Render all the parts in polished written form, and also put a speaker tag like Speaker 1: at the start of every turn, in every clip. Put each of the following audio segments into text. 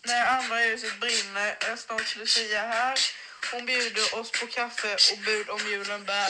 Speaker 1: När andra huset brinner är snart Lucia här. Hon bjuder oss på kaffe och bud om julen bär.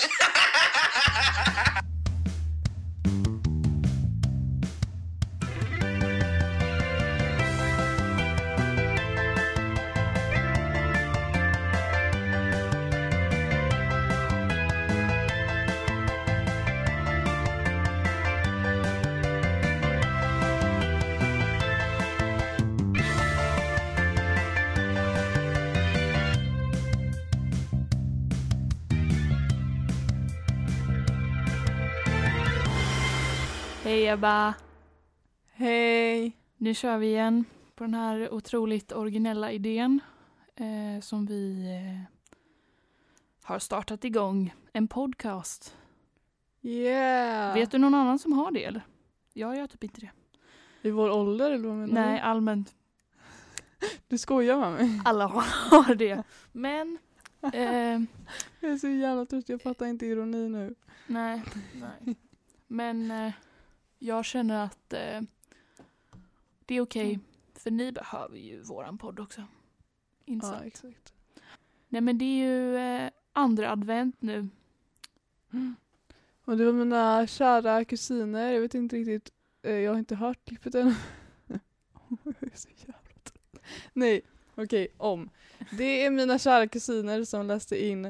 Speaker 2: Hej Ebba!
Speaker 3: Hej!
Speaker 2: Nu kör vi igen på den här otroligt originella idén som vi har startat igång. En podcast.
Speaker 3: Yeah!
Speaker 2: Vet du någon annan som har det eller? Jag gör typ inte det.
Speaker 3: I vår ålder eller vad menar
Speaker 2: Nej,
Speaker 3: du?
Speaker 2: allmänt.
Speaker 3: Du skojar med mig.
Speaker 2: Alla har det. Men...
Speaker 3: Jag är så jävla trött, jag fattar inte ironi nu.
Speaker 2: Nej. Men jag känner att det är okej. För ni behöver ju våran podd också. Insatt.
Speaker 3: Ja, exakt.
Speaker 2: Nej men det är ju andra advent nu.
Speaker 3: Och det var mina kära kusiner, jag vet inte riktigt, jag har inte hört klippet än. Jag är så jävla trött. Nej, okej, om. Det är mina kära kusiner som läste in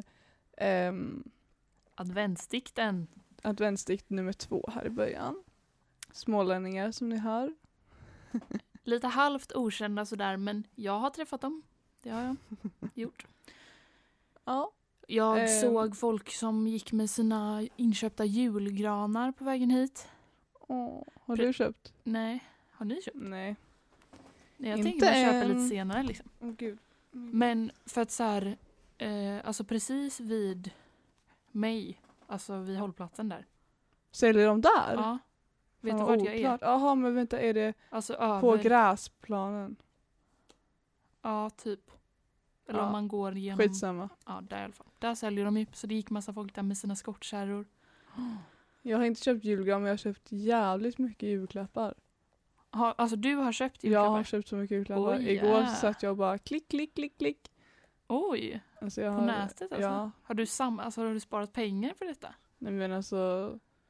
Speaker 2: Adventsdikten.
Speaker 3: adventsdikt nummer 2 här i början. Smålänningar som ni hör.
Speaker 2: Lite halvt okända sådär, men jag har träffat dem. Det har jag gjort.
Speaker 3: Ja.
Speaker 2: Jag såg folk som gick med sina inköpta julgranar på vägen hit.
Speaker 3: Har du köpt?
Speaker 2: Nej, har ni köpt?
Speaker 3: Nej.
Speaker 2: Jag
Speaker 3: Inte
Speaker 2: tänker man köpa
Speaker 3: än.
Speaker 2: lite senare liksom.
Speaker 3: Gud.
Speaker 2: Men för att så här, alltså precis vid mig, alltså vid hållplatsen där.
Speaker 3: Säljer de där?
Speaker 2: Ja. Vet
Speaker 3: Fan,
Speaker 2: du
Speaker 3: vad
Speaker 2: vart jag är?
Speaker 3: oklart. Jaha, men vänta, är det
Speaker 2: Alltså
Speaker 3: på
Speaker 2: över.
Speaker 3: gräsplanen?
Speaker 2: Ja, typ. Eller
Speaker 3: Ja.
Speaker 2: om man går igenom.
Speaker 3: Skitsamma.
Speaker 2: Ja, där i alla fall. Där säljer de ju. Så det gick massa folk där med sina skottkärror.
Speaker 3: Jag har inte köpt julgran, men jag har köpt jävligt mycket julklappar.
Speaker 2: Alltså du har köpt julklappar?
Speaker 3: Jag har köpt så mycket julklappar.
Speaker 2: Oj,
Speaker 3: Igår
Speaker 2: ja.
Speaker 3: så satt jag och bara klick, klick, klick, klick.
Speaker 2: Oj,
Speaker 3: Alltså jag
Speaker 2: på
Speaker 3: har,
Speaker 2: nätet alltså?
Speaker 3: Ja.
Speaker 2: Har du sparat pengar för detta?
Speaker 3: Nej men alltså...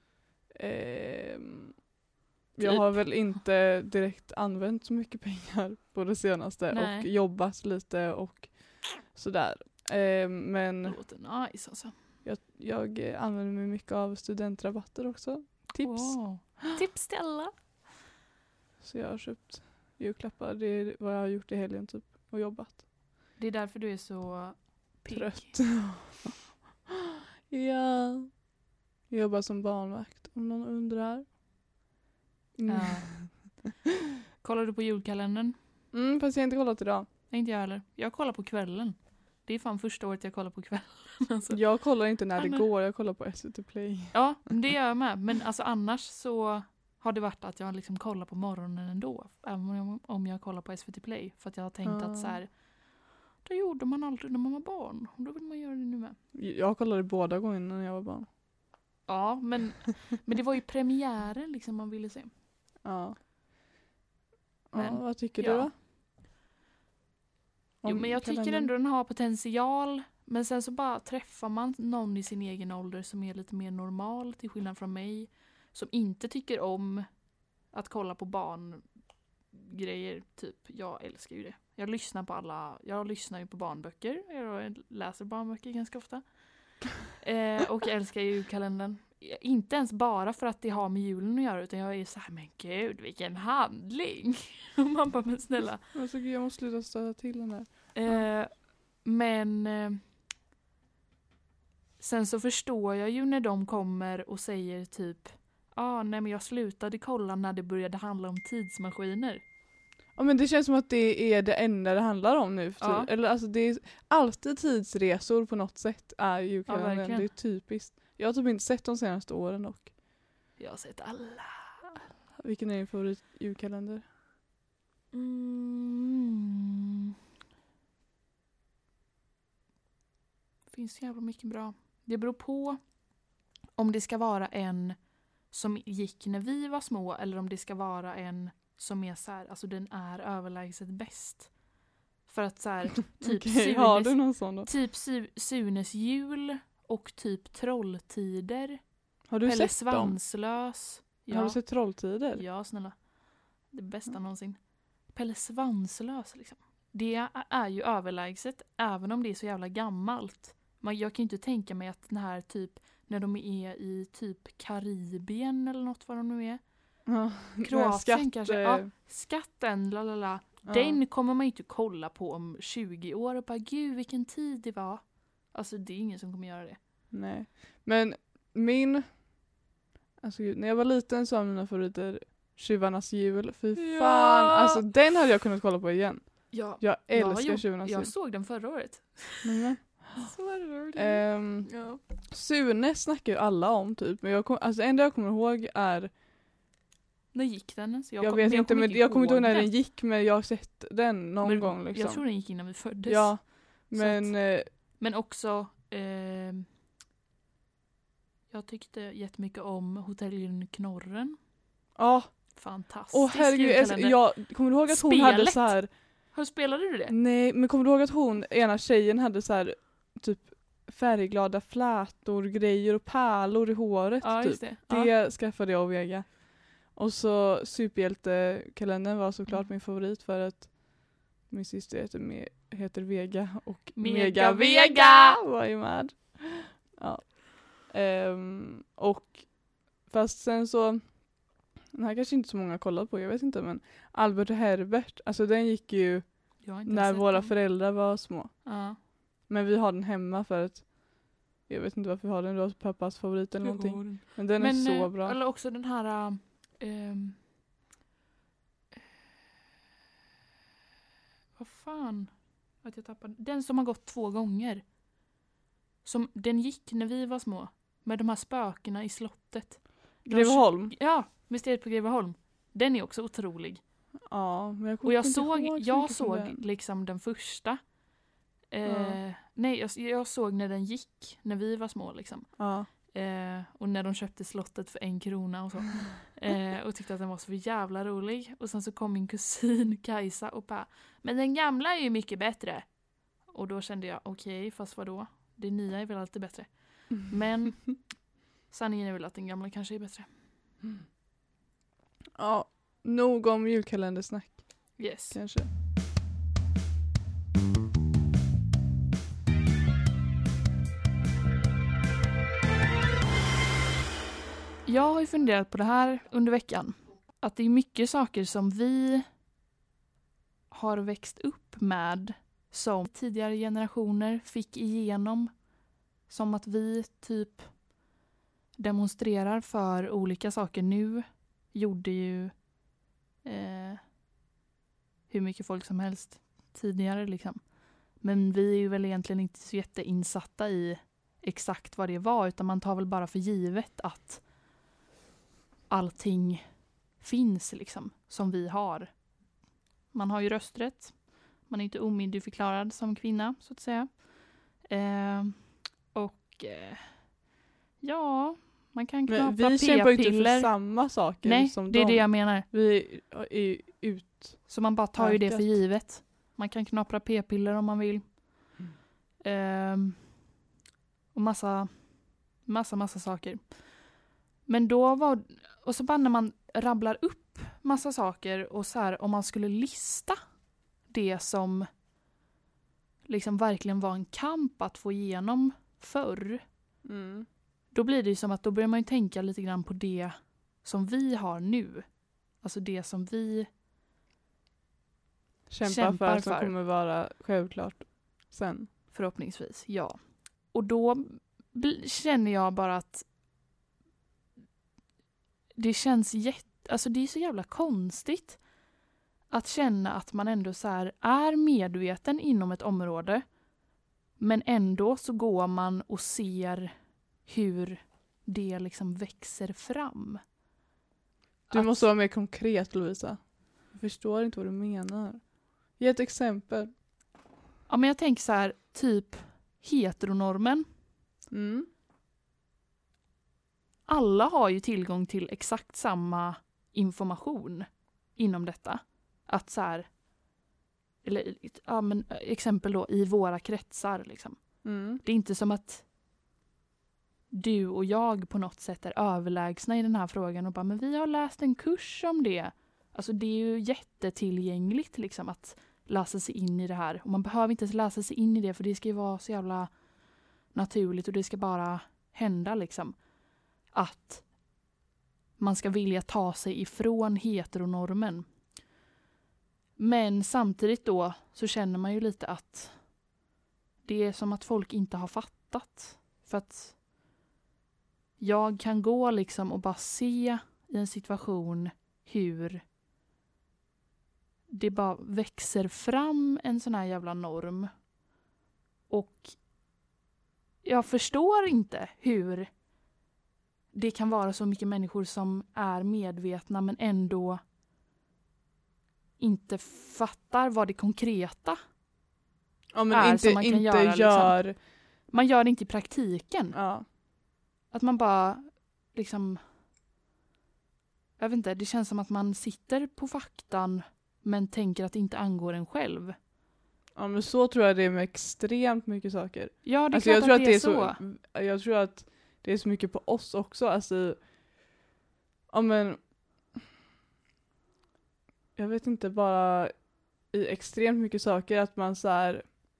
Speaker 2: Typ.
Speaker 3: Jag har väl inte direkt använt så mycket pengar på det senaste.
Speaker 2: Nej.
Speaker 3: Och jobbat lite och sådär. Men
Speaker 2: Det låter nice alltså.
Speaker 3: jag använder mig mycket av studentrabatter också. Tips.
Speaker 2: Wow. Tips till alla.
Speaker 3: Så jag har köpt julklappar. Det är vad jag har gjort i helgen typ. Och jobbat.
Speaker 2: Det är därför du är så pigg.
Speaker 3: Trött. Ja. Jag jobbar som barnvakt om någon undrar. Mm.
Speaker 2: Ja. Kollar du på julkalendern?
Speaker 3: Fast jag har inte kollat idag.
Speaker 2: Nej, inte jag heller. Jag kollar på kvällen. Det är fan första året jag kollar på kvällen. Alltså.
Speaker 3: Jag kollar inte när det går. Jag kollar på SVT Play.
Speaker 2: Ja, det gör jag med. Men alltså annars så har det varit att jag liksom kollar på morgonen ändå. Även om jag kollar på SVT Play. För att jag har tänkt att så här, det gjorde man aldrig när man var barn. Och då vill man göra det nu med.
Speaker 3: Jag kollade båda gångerna när jag var barn.
Speaker 2: Ja, men det var ju premiären liksom man ville se.
Speaker 3: Ja.
Speaker 2: Men,
Speaker 3: vad tycker du
Speaker 2: ja.
Speaker 3: då?
Speaker 2: Jo, men jag tycker
Speaker 3: kalendern?
Speaker 2: ändå den har potential. Men sen så bara träffar man någon i sin egen ålder som är lite mer normal till skillnad från mig. Som inte tycker om att kolla på barngrejer. Typ, jag älskar ju det. Jag lyssnar ju på barnböcker. Jag läser barnböcker ganska ofta. Och jag älskar ju kalendern. Inte ens bara för att det har med julen att göra. Utan jag är så här, men gud vilken handling. Och man bara, men snälla.
Speaker 3: Alltså, jag måste sluta stöta till den här.
Speaker 2: Men sen så förstår jag ju när de kommer och säger typ nej men jag slutade kolla när det började handla om tidsmaskiner.
Speaker 3: Ja, men det känns som att det är det enda det handlar om nu.
Speaker 2: Ja.
Speaker 3: Eller alltså det är alltid tidsresor på något sätt är julkalendern.
Speaker 2: verkligen.
Speaker 3: Det är typiskt. Jag har typ inte sett de senaste åren dock.
Speaker 2: Jag har sett alla.
Speaker 3: Vilken är din favorit julkalender?
Speaker 2: Finns jävla mycket bra. Det beror på om det ska vara en som gick när vi var små eller om det ska vara en som är så här, alltså den är överlägset bäst. För att så här, typ
Speaker 3: Okej, har du någon sån då?
Speaker 2: typ Sunes jul och typ Trolltider.
Speaker 3: Har du
Speaker 2: Pelle
Speaker 3: sett dem?
Speaker 2: Svanslös. Ja.
Speaker 3: Har du sett Trolltider?
Speaker 2: Ja, snälla. Det bästa någonsin. Pelle Svanslös liksom. Det är ju överlägset, även om det är så jävla gammalt. Men jag kan ju inte tänka mig att den här typ, när de är i typ Karibien eller något vad de nu är.
Speaker 3: Ja,
Speaker 2: Kroatien kanske. Ja, skatten, lalala.
Speaker 3: Ja.
Speaker 2: Den kommer man ju inte kolla på om 20 år och bara, gud vilken tid det var. Alltså det är ingen som kommer göra det.
Speaker 3: Nej. Men alltså när jag var liten så var mina favoriter Tjuvarnas jul. Fy
Speaker 2: Ja.
Speaker 3: fan. Alltså den hade jag kunnat kolla på igen.
Speaker 2: Ja,
Speaker 3: Jag älskar Tjuvarnas jul.
Speaker 2: jag såg den förra året.
Speaker 3: Men,
Speaker 2: Ja.
Speaker 3: Sune snackar ju alla om typ. Men alltså enda jag kommer ihåg är
Speaker 2: När gick den ens?
Speaker 3: jag vet inte, men jag kommer inte ihåg när den gick, men jag har sett den någon gång liksom.
Speaker 2: Jag tror den gick innan vi föddes.
Speaker 3: Ja, men
Speaker 2: Men också jag tyckte jättemycket om Hotell Knorren.
Speaker 3: ja.
Speaker 2: Fantastisk
Speaker 3: Herregud,
Speaker 2: julkalender.
Speaker 3: jag kommer du ihåg att hon hade så här.
Speaker 2: Spelade du det?
Speaker 3: Nej, men kommer du ihåg att hon, ena tjejen hade så här typ färgglada flätor, grejer och pärlor i håret
Speaker 2: Ja,
Speaker 3: typ.
Speaker 2: just det.
Speaker 3: Det skaffade jag och Vega. Och så superhjältekalendern var såklart min favorit för att min syster heter Vega och Mega Vega var ju med. Ja. Och fast sen så den här kanske inte så många kollat på, jag vet inte, men Albert och Herbert, alltså den gick ju när våra föräldrar var små.
Speaker 2: Ja.
Speaker 3: Men vi har den hemma för att jag vet inte varför vi har den, det var pappas favorit eller någonting. Men den är så bra.
Speaker 2: Eller också den här vad fan att jag tappade. Den som har gått 2 gånger. Som den gick när vi var små. Med de här spökena i slottet.
Speaker 3: Greveholm?
Speaker 2: Ja, Mysteriet på Greveholm. Den är också otrolig.
Speaker 3: Ja, men jag
Speaker 2: Och jag
Speaker 3: såg
Speaker 2: såg liksom den första. Nej, jag såg när den gick när vi var små liksom.
Speaker 3: Ja.
Speaker 2: Och när de köpte slottet för 1 krona och så. Och tyckte att den var så jävla rolig. Och sen så kom min kusin Kajsa och bara, men den gamla är ju mycket bättre. Och då kände jag, okej, fast vadå? Det nya är väl alltid bättre. Men sanningen är väl att den gamla kanske är bättre.
Speaker 3: Ja, nog om julkalendersnack.
Speaker 2: Yes.
Speaker 3: Kanske.
Speaker 2: Jag har ju funderat på det här under veckan. Att det är mycket saker som vi har växt upp med som tidigare generationer fick igenom. Som att vi typ demonstrerar för olika saker nu. Gjorde ju hur mycket folk som helst tidigare liksom. Men vi är ju väl egentligen inte så jätteinsatta i exakt vad det var. Utan man tar väl bara för givet att allting finns liksom som vi har. Man har ju rösträtt. Man är inte omyndigförklarad som kvinna så att säga. Ja, man kan knapra p-piller.
Speaker 3: Vi kämpar inte för samma saker.
Speaker 2: Nej,
Speaker 3: som
Speaker 2: det är
Speaker 3: dem.
Speaker 2: det jag menar.
Speaker 3: Vi är ut.
Speaker 2: Så man bara tar ju det för givet. Man kan knapra p-piller om man vill. Och massa saker. Men då var... Och så bara när man rabblar upp massa saker och så här, om man skulle lista det som liksom verkligen var en kamp att få igenom förr. Då blir det ju som att då börjar man ju tänka lite grann på det som vi har nu. Alltså det som vi kämpar för.
Speaker 3: Som kommer vara självklart sen.
Speaker 2: Förhoppningsvis, ja. Och då känner jag bara att det känns alltså det är så jävla konstigt att känna att man ändå så här är medveten inom ett område, men ändå så går man och ser hur det liksom växer fram.
Speaker 3: Du måste vara mer konkret, Lovisa. Jag förstår inte vad du menar. Ge ett exempel.
Speaker 2: Ja, men jag tänker så här, typ heteronormen. Alla har ju tillgång till exakt samma information inom detta. Att så här, eller ja, men exempel då i våra kretsar liksom. Det är inte som att du och jag på något sätt är överlägsna i den här frågan och bara, men vi har läst en kurs om det. Alltså det är ju jättetillgängligt liksom att läsa sig in i det här. Och man behöver inte ens läsa sig in i det, för det ska ju vara så jävla naturligt och det ska bara hända liksom. Att man ska vilja ta sig ifrån heteronormen. Men samtidigt då så känner man ju lite att det är som att folk inte har fattat. För att jag kan gå liksom och bara se i en situation hur det bara växer fram en sån här jävla norm. Och jag förstår inte hur det kan vara så mycket människor som är medvetna men ändå inte fattar vad det konkreta
Speaker 3: ja, men
Speaker 2: är
Speaker 3: inte,
Speaker 2: som man kan
Speaker 3: inte
Speaker 2: göra.
Speaker 3: gör...
Speaker 2: Liksom. Man gör det inte i praktiken.
Speaker 3: Ja.
Speaker 2: Att man bara liksom... Jag vet inte, det känns som att man sitter på faktan men tänker att det inte angår en själv.
Speaker 3: Ja, men så tror jag det är med extremt mycket saker.
Speaker 2: Ja, det är
Speaker 3: alltså,
Speaker 2: klart
Speaker 3: jag tror
Speaker 2: att det är
Speaker 3: så.
Speaker 2: så.
Speaker 3: Jag tror att det är så mycket på oss också. Alltså, ja men... Jag vet inte, bara i extremt mycket saker att man så här...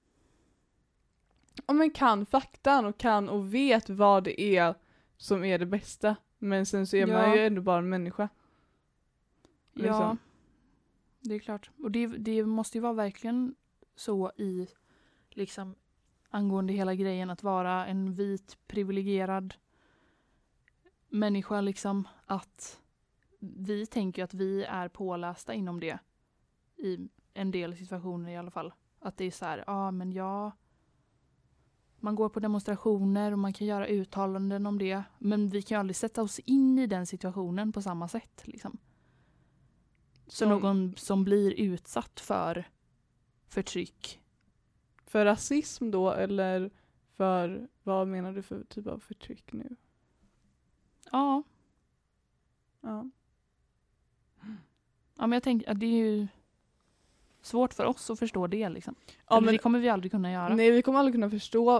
Speaker 3: Ja, men kan faktan och kan och vet vad det är som är det bästa. Men sen så är man ju ändå bara en människa. Liksom.
Speaker 2: Ja, det är klart. Och det måste ju vara verkligen så i liksom angående hela grejen att vara en vit privilegierad människa liksom, att vi tänker att vi är pålästa inom det i en del situationer i alla fall. Att det är så här, men man går på demonstrationer och man kan göra uttalanden om det, men vi kan ju aldrig sätta oss in i den situationen på samma sätt liksom. Så någon som blir utsatt för förtryck.
Speaker 3: För rasism då, eller för, vad menar du för typ av förtryck nu?
Speaker 2: Ja.
Speaker 3: Ja.
Speaker 2: Ja, men jag tänker att det är ju svårt för oss att förstå det liksom.
Speaker 3: Ja,
Speaker 2: Eller
Speaker 3: men
Speaker 2: det kommer vi aldrig kunna göra.
Speaker 3: Nej, vi kommer aldrig kunna förstå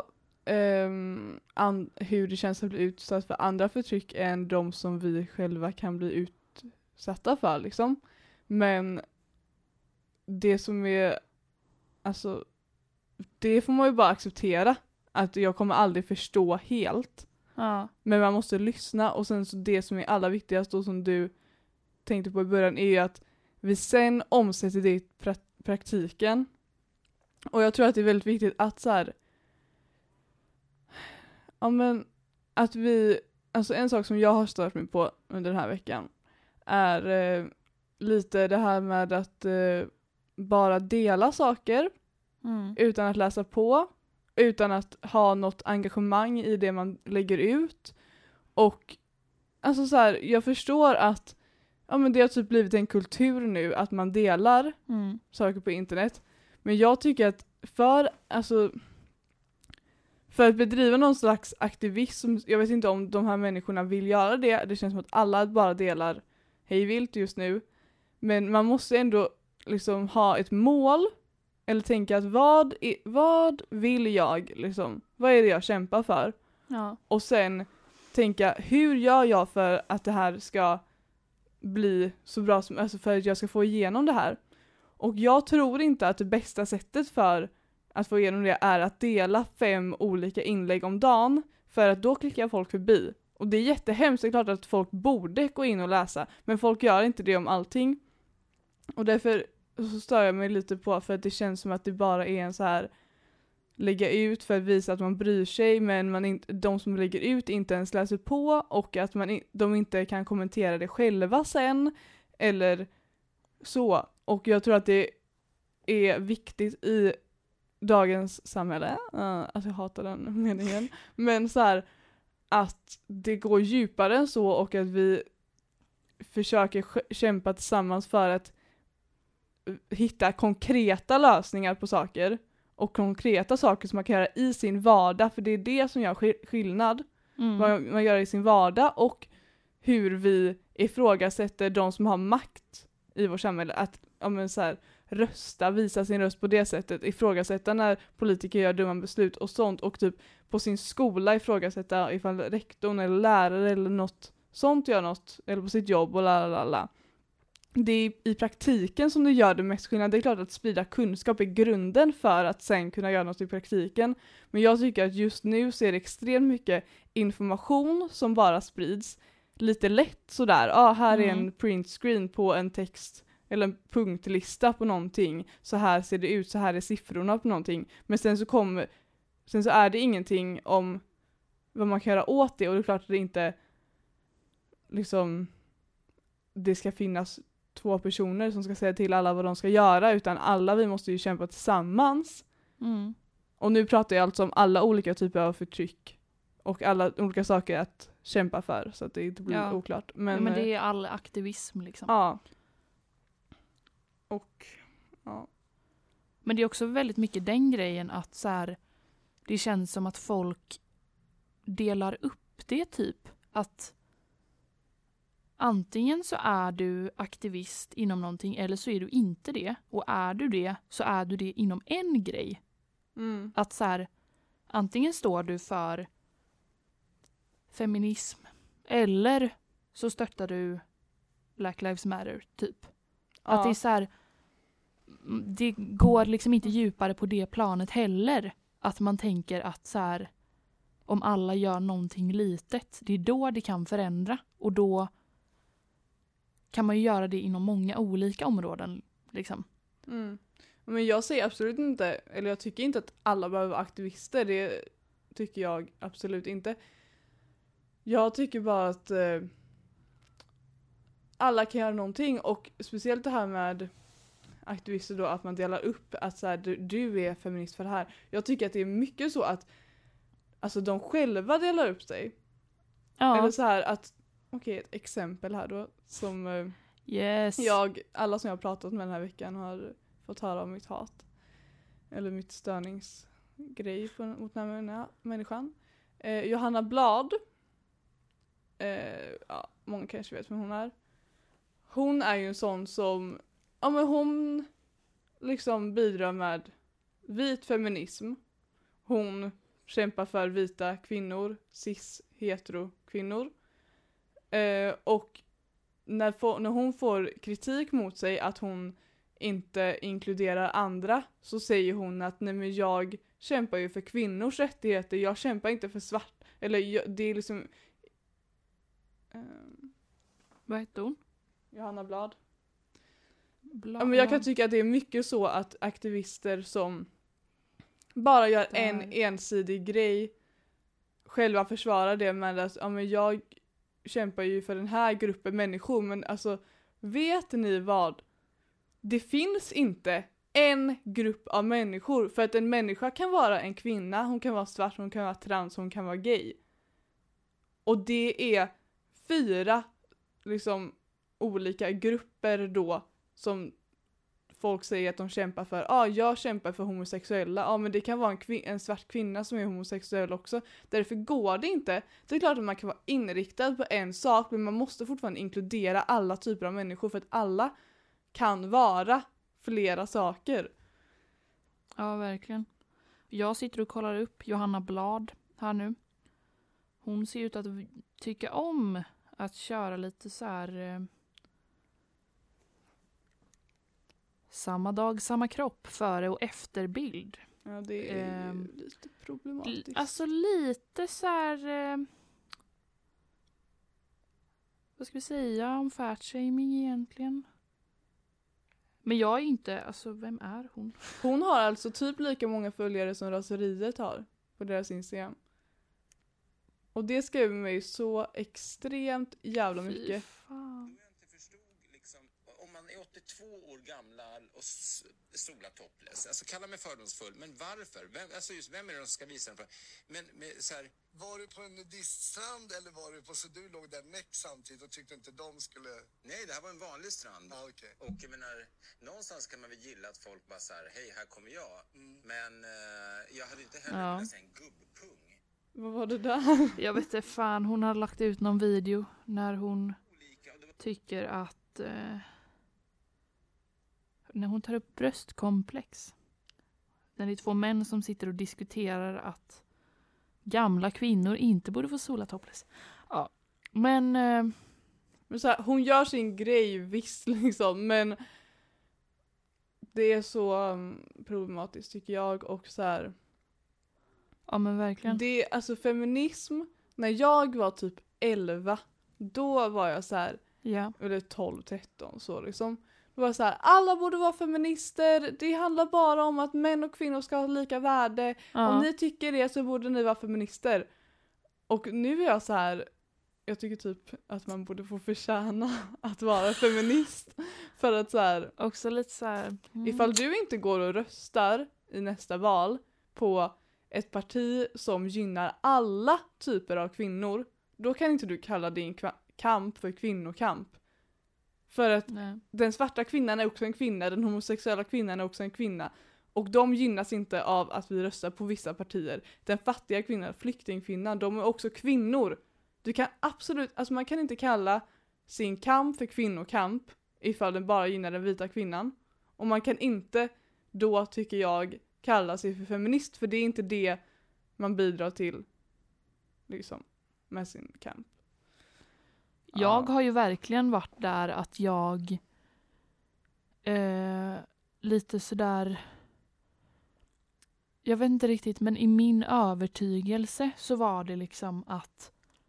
Speaker 3: hur det känns att bli utsatt för andra förtryck än de som vi själva kan bli utsatta för liksom. Men det som är, alltså, det får man ju bara acceptera. Att jag kommer aldrig förstå helt.
Speaker 2: Ja.
Speaker 3: Men man måste lyssna, och sen så det som är allra viktigast och som du tänkte på i början är ju att vi sen omsätter det i praktiken. Och jag tror att det är väldigt viktigt att så här, ja men att vi, alltså en sak som jag har stört mig på under den här veckan är lite det här med att bara dela saker utan att läsa på, utan att ha något engagemang i det man lägger ut. Och alltså så här, jag förstår att ja, men det har typ blivit en kultur nu att man delar saker på internet. Men jag tycker att för att bedriva någon slags aktivism, jag vet inte om de här människorna vill göra det. Det känns som att alla bara delar hejvilt just nu. Men man måste ändå liksom ha ett mål. Eller tänka att vad vill jag liksom? Vad är det jag kämpar för?
Speaker 2: Ja.
Speaker 3: Och sen tänka, hur gör jag för att det här ska bli så bra som, alltså för att jag ska få igenom det här. Och jag tror inte att det bästa sättet för att få igenom det är att dela 5 olika inlägg om dagen, för att då klickar folk förbi. Och det är jättehemskt, det är klart att folk borde gå in och läsa, men folk gör inte det om allting. Och därför så stör jag mig lite på, för att det känns som att det bara är en så här lägga ut för att visa att man bryr sig, men de som lägger ut inte ens läser på, och att de inte kan kommentera det själva sen eller så. Och jag tror att det är viktigt i dagens samhälle, alltså jag hatar den meningen, men så här att det går djupare än så, och att vi försöker kämpa tillsammans för att hitta konkreta lösningar på saker. Och konkreta saker som man kan göra i sin vardag. För det är det som gör skillnad. Vad man gör i sin vardag. Och hur vi ifrågasätter de som har makt i vårt samhälle. Att, ja, men så här, rösta, visa sin röst på det sättet, ifrågasätta när politiker gör dumma beslut och sånt, och typ på sin skola ifrågasätta ifall rektorn eller lärare eller något sånt gör något, eller på sitt jobb och lalala. Det är i praktiken som det gör det mest skillnad. Det är klart att sprida kunskap är grunden för att sen kunna göra något i praktiken. Men jag tycker att just nu så är det extremt mycket information som bara sprids lite lätt sådär. Här är en printscreen på en text eller en punktlista på någonting. Så här ser det ut, så här är siffrorna på någonting. Men sen så är det ingenting om vad man kan göra åt det, och det är klart att det inte liksom det ska finnas 2 personer som ska säga till alla vad de ska göra, utan alla vi måste ju kämpa tillsammans. Och nu pratar jag alltså om alla olika typer av förtryck och alla olika saker att kämpa för, så att det inte blir oklart.
Speaker 2: Men det är all aktivism liksom.
Speaker 3: Ja.
Speaker 2: Men det är också väldigt mycket den grejen att så här, det känns som att folk delar upp det typ. Att antingen så är du aktivist inom någonting eller så är du inte det. Och är du det så är du det inom en grej. Att så här, antingen står du för feminism eller så stöttar du Black Lives Matter typ. Att det är så här, det går liksom inte djupare på det planet heller. Att man tänker att så här, om alla gör någonting litet, det är då det kan förändra. Och då kan man ju göra det inom många olika områden liksom.
Speaker 3: Men jag säger absolut inte, eller jag tycker inte att alla behöver vara aktivister. Det tycker jag absolut inte. Jag tycker bara att alla kan göra någonting, och speciellt det här med aktivister då, att man delar upp att så här, du är feminist för det här. Jag tycker att det är mycket så att alltså de själva delar upp sig. Eller så här att ett exempel här då som alla som jag har pratat med den här veckan har fått höra om mitt hat eller mitt störningsgrej mot den här människan. Johanna Blad, många kanske vet vem hon är. Hon är ju en sån som men hon liksom bidrar med vit feminism. Hon kämpar för vita kvinnor, cis-hetero kvinnor. Och när hon får kritik mot sig att hon inte inkluderar andra, så säger hon att nej, men jag kämpar ju för kvinnors rättigheter, jag kämpar inte för svart, eller det är liksom
Speaker 2: vad heter hon?
Speaker 3: Johanna Blad. Men jag kan tycka att det är mycket så att aktivister som bara gör en ensidig grej själva försvarar det med att men jag kämpar ju för den här gruppen människor, men alltså vet ni vad? Det finns inte en grupp av människor, för att en människa kan vara en kvinna, hon kan vara svart, hon kan vara trans, hon kan vara gay. Och det är 4 liksom olika grupper då som folk säger att de kämpar för. Jag kämpar för homosexuella. Men det kan vara en svart kvinna som är homosexuell också. Därför går det inte. Det är klart att man kan vara inriktad på en sak, men man måste fortfarande inkludera alla typer av människor, för att alla kan vara flera saker.
Speaker 2: Ja, verkligen. Jag sitter och kollar upp Johanna Blad här nu. Hon ser ut att tycka om att köra lite så här samma dag, samma kropp, före och efterbild.
Speaker 3: Ja, det är lite problematiskt.
Speaker 2: Alltså lite så här vad ska vi säga om fatshaming egentligen? Men jag är inte, alltså vem är hon?
Speaker 3: Hon har alltså typ lika många följare som Raseriet har på deras Instagram. Och det skriver mig så extremt jävla mycket.
Speaker 2: Fan.
Speaker 4: Jag inte förstod liksom, om man är 82 år gammal och solar topless, alltså kalla mig fördomsfull, men varför? Vem är det som ska visa den för? Men så här,
Speaker 5: var du på en nudiststrand eller var du på, så du låg där näck samtidigt och tyckte inte de skulle...
Speaker 4: Nej, det här var en vanlig strand.
Speaker 5: Okay.
Speaker 4: Och jag menar, någonstans kan man väl gilla att folk bara så här, hej, här kommer jag. Men jag hade inte heller velat säga en gubbpung.
Speaker 3: Vad var det där?
Speaker 2: Jag vet inte fan, hon har lagt ut någon video när hon tycker att när hon tar upp bröstkomplex. När det är 2 män som sitter och diskuterar att gamla kvinnor inte borde få sola topless. Ja, men...
Speaker 3: Men så här, hon gör sin grej visst liksom, men det är så problematiskt tycker jag. Och så här,
Speaker 2: ja men verkligen.
Speaker 3: det, alltså feminism, när jag var typ 11, då var jag så här,
Speaker 2: Ja.
Speaker 3: eller 12-13 så liksom. Det var så här, alla borde vara feminister, det handlar bara om att män och kvinnor ska ha lika värde.
Speaker 2: Ja.
Speaker 3: Om ni tycker det så borde ni vara feminister. Och nu är jag så här, jag tycker typ att man borde få förtjäna att vara feminist. För att så här,
Speaker 2: Också lite så här...
Speaker 3: ifall du inte går och röstar i nästa val på ett parti som gynnar alla typer av kvinnor, då kan inte du kalla din kamp för kvinnokamp. För att
Speaker 2: Nej.
Speaker 3: den svarta kvinnan är också en kvinna, den homosexuella kvinnan är också en kvinna. Och de gynnas inte av att vi röstar på vissa partier. Den fattiga kvinnan, flyktingkvinnan, de är också kvinnor. Du kan absolut, alltså man kan inte kalla sin kamp för kvinnokamp ifall den bara gynnar den vita kvinnan. Och man kan inte då, tycker jag, kalla sig för feminist, för det är inte det man bidrar till liksom med sin kamp.
Speaker 2: Jag har ju verkligen varit där att jag lite sådär, jag vet inte riktigt, men i min övertygelse så var det liksom att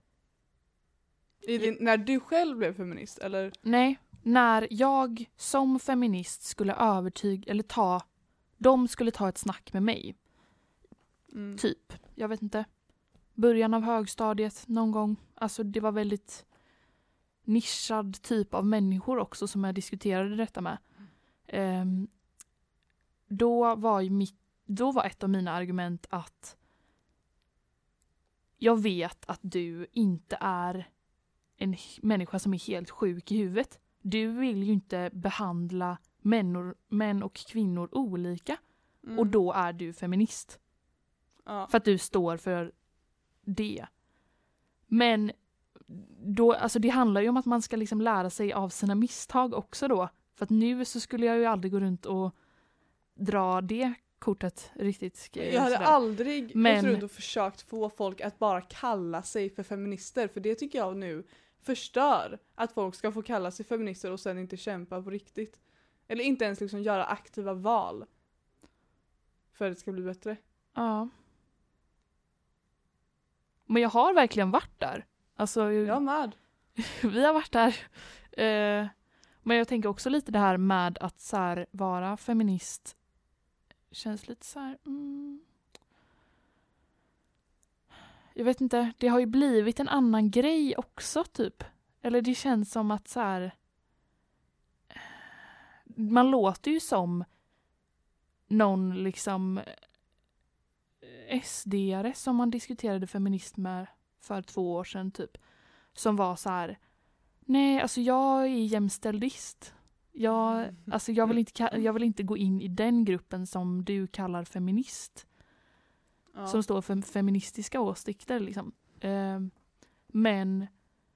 Speaker 3: När du själv blev feminist, eller?
Speaker 2: nej, när jag som feminist skulle de skulle ta ett snack med mig. Typ, jag vet inte. Början av högstadiet någon gång. Alltså det var väldigt nischad typ av människor också som jag diskuterade detta med. Då var ett av mina argument att jag vet att du inte är en människa som är helt sjuk i huvudet. Du vill ju inte behandla män och kvinnor olika. Och då är du feminist.
Speaker 3: Ja.
Speaker 2: För att du står för det. Men då, alltså det handlar ju om att man ska liksom lära sig av sina misstag också då. För att nu så skulle jag ju aldrig gå runt och dra det kortet riktigt.
Speaker 3: Jag hade
Speaker 2: sådär.
Speaker 3: aldrig
Speaker 2: Men-
Speaker 3: gått runt och försökt få folk att bara kalla sig för feminister. För det tycker jag nu förstör. Att folk ska få kalla sig feminister och sen inte kämpa på riktigt. Eller inte ens liksom göra aktiva val. För att det ska bli bättre.
Speaker 2: Ja. Men jag har verkligen varit där. Alltså,
Speaker 3: Jag med.
Speaker 2: vi har varit där. Men jag tänker också lite det här med att så här, vara feminist känns lite så här... Jag vet inte, det har ju blivit en annan grej också typ. Eller det känns som att så här... Man låter ju som någon liksom SD-are som man diskuterade feminism med för 2 år sedan typ. Som var så här: nej, alltså jag är jämställdist. Jag vill inte gå in i den gruppen som du kallar feminist.
Speaker 3: Ja.
Speaker 2: Som står för feministiska åsikter liksom. Men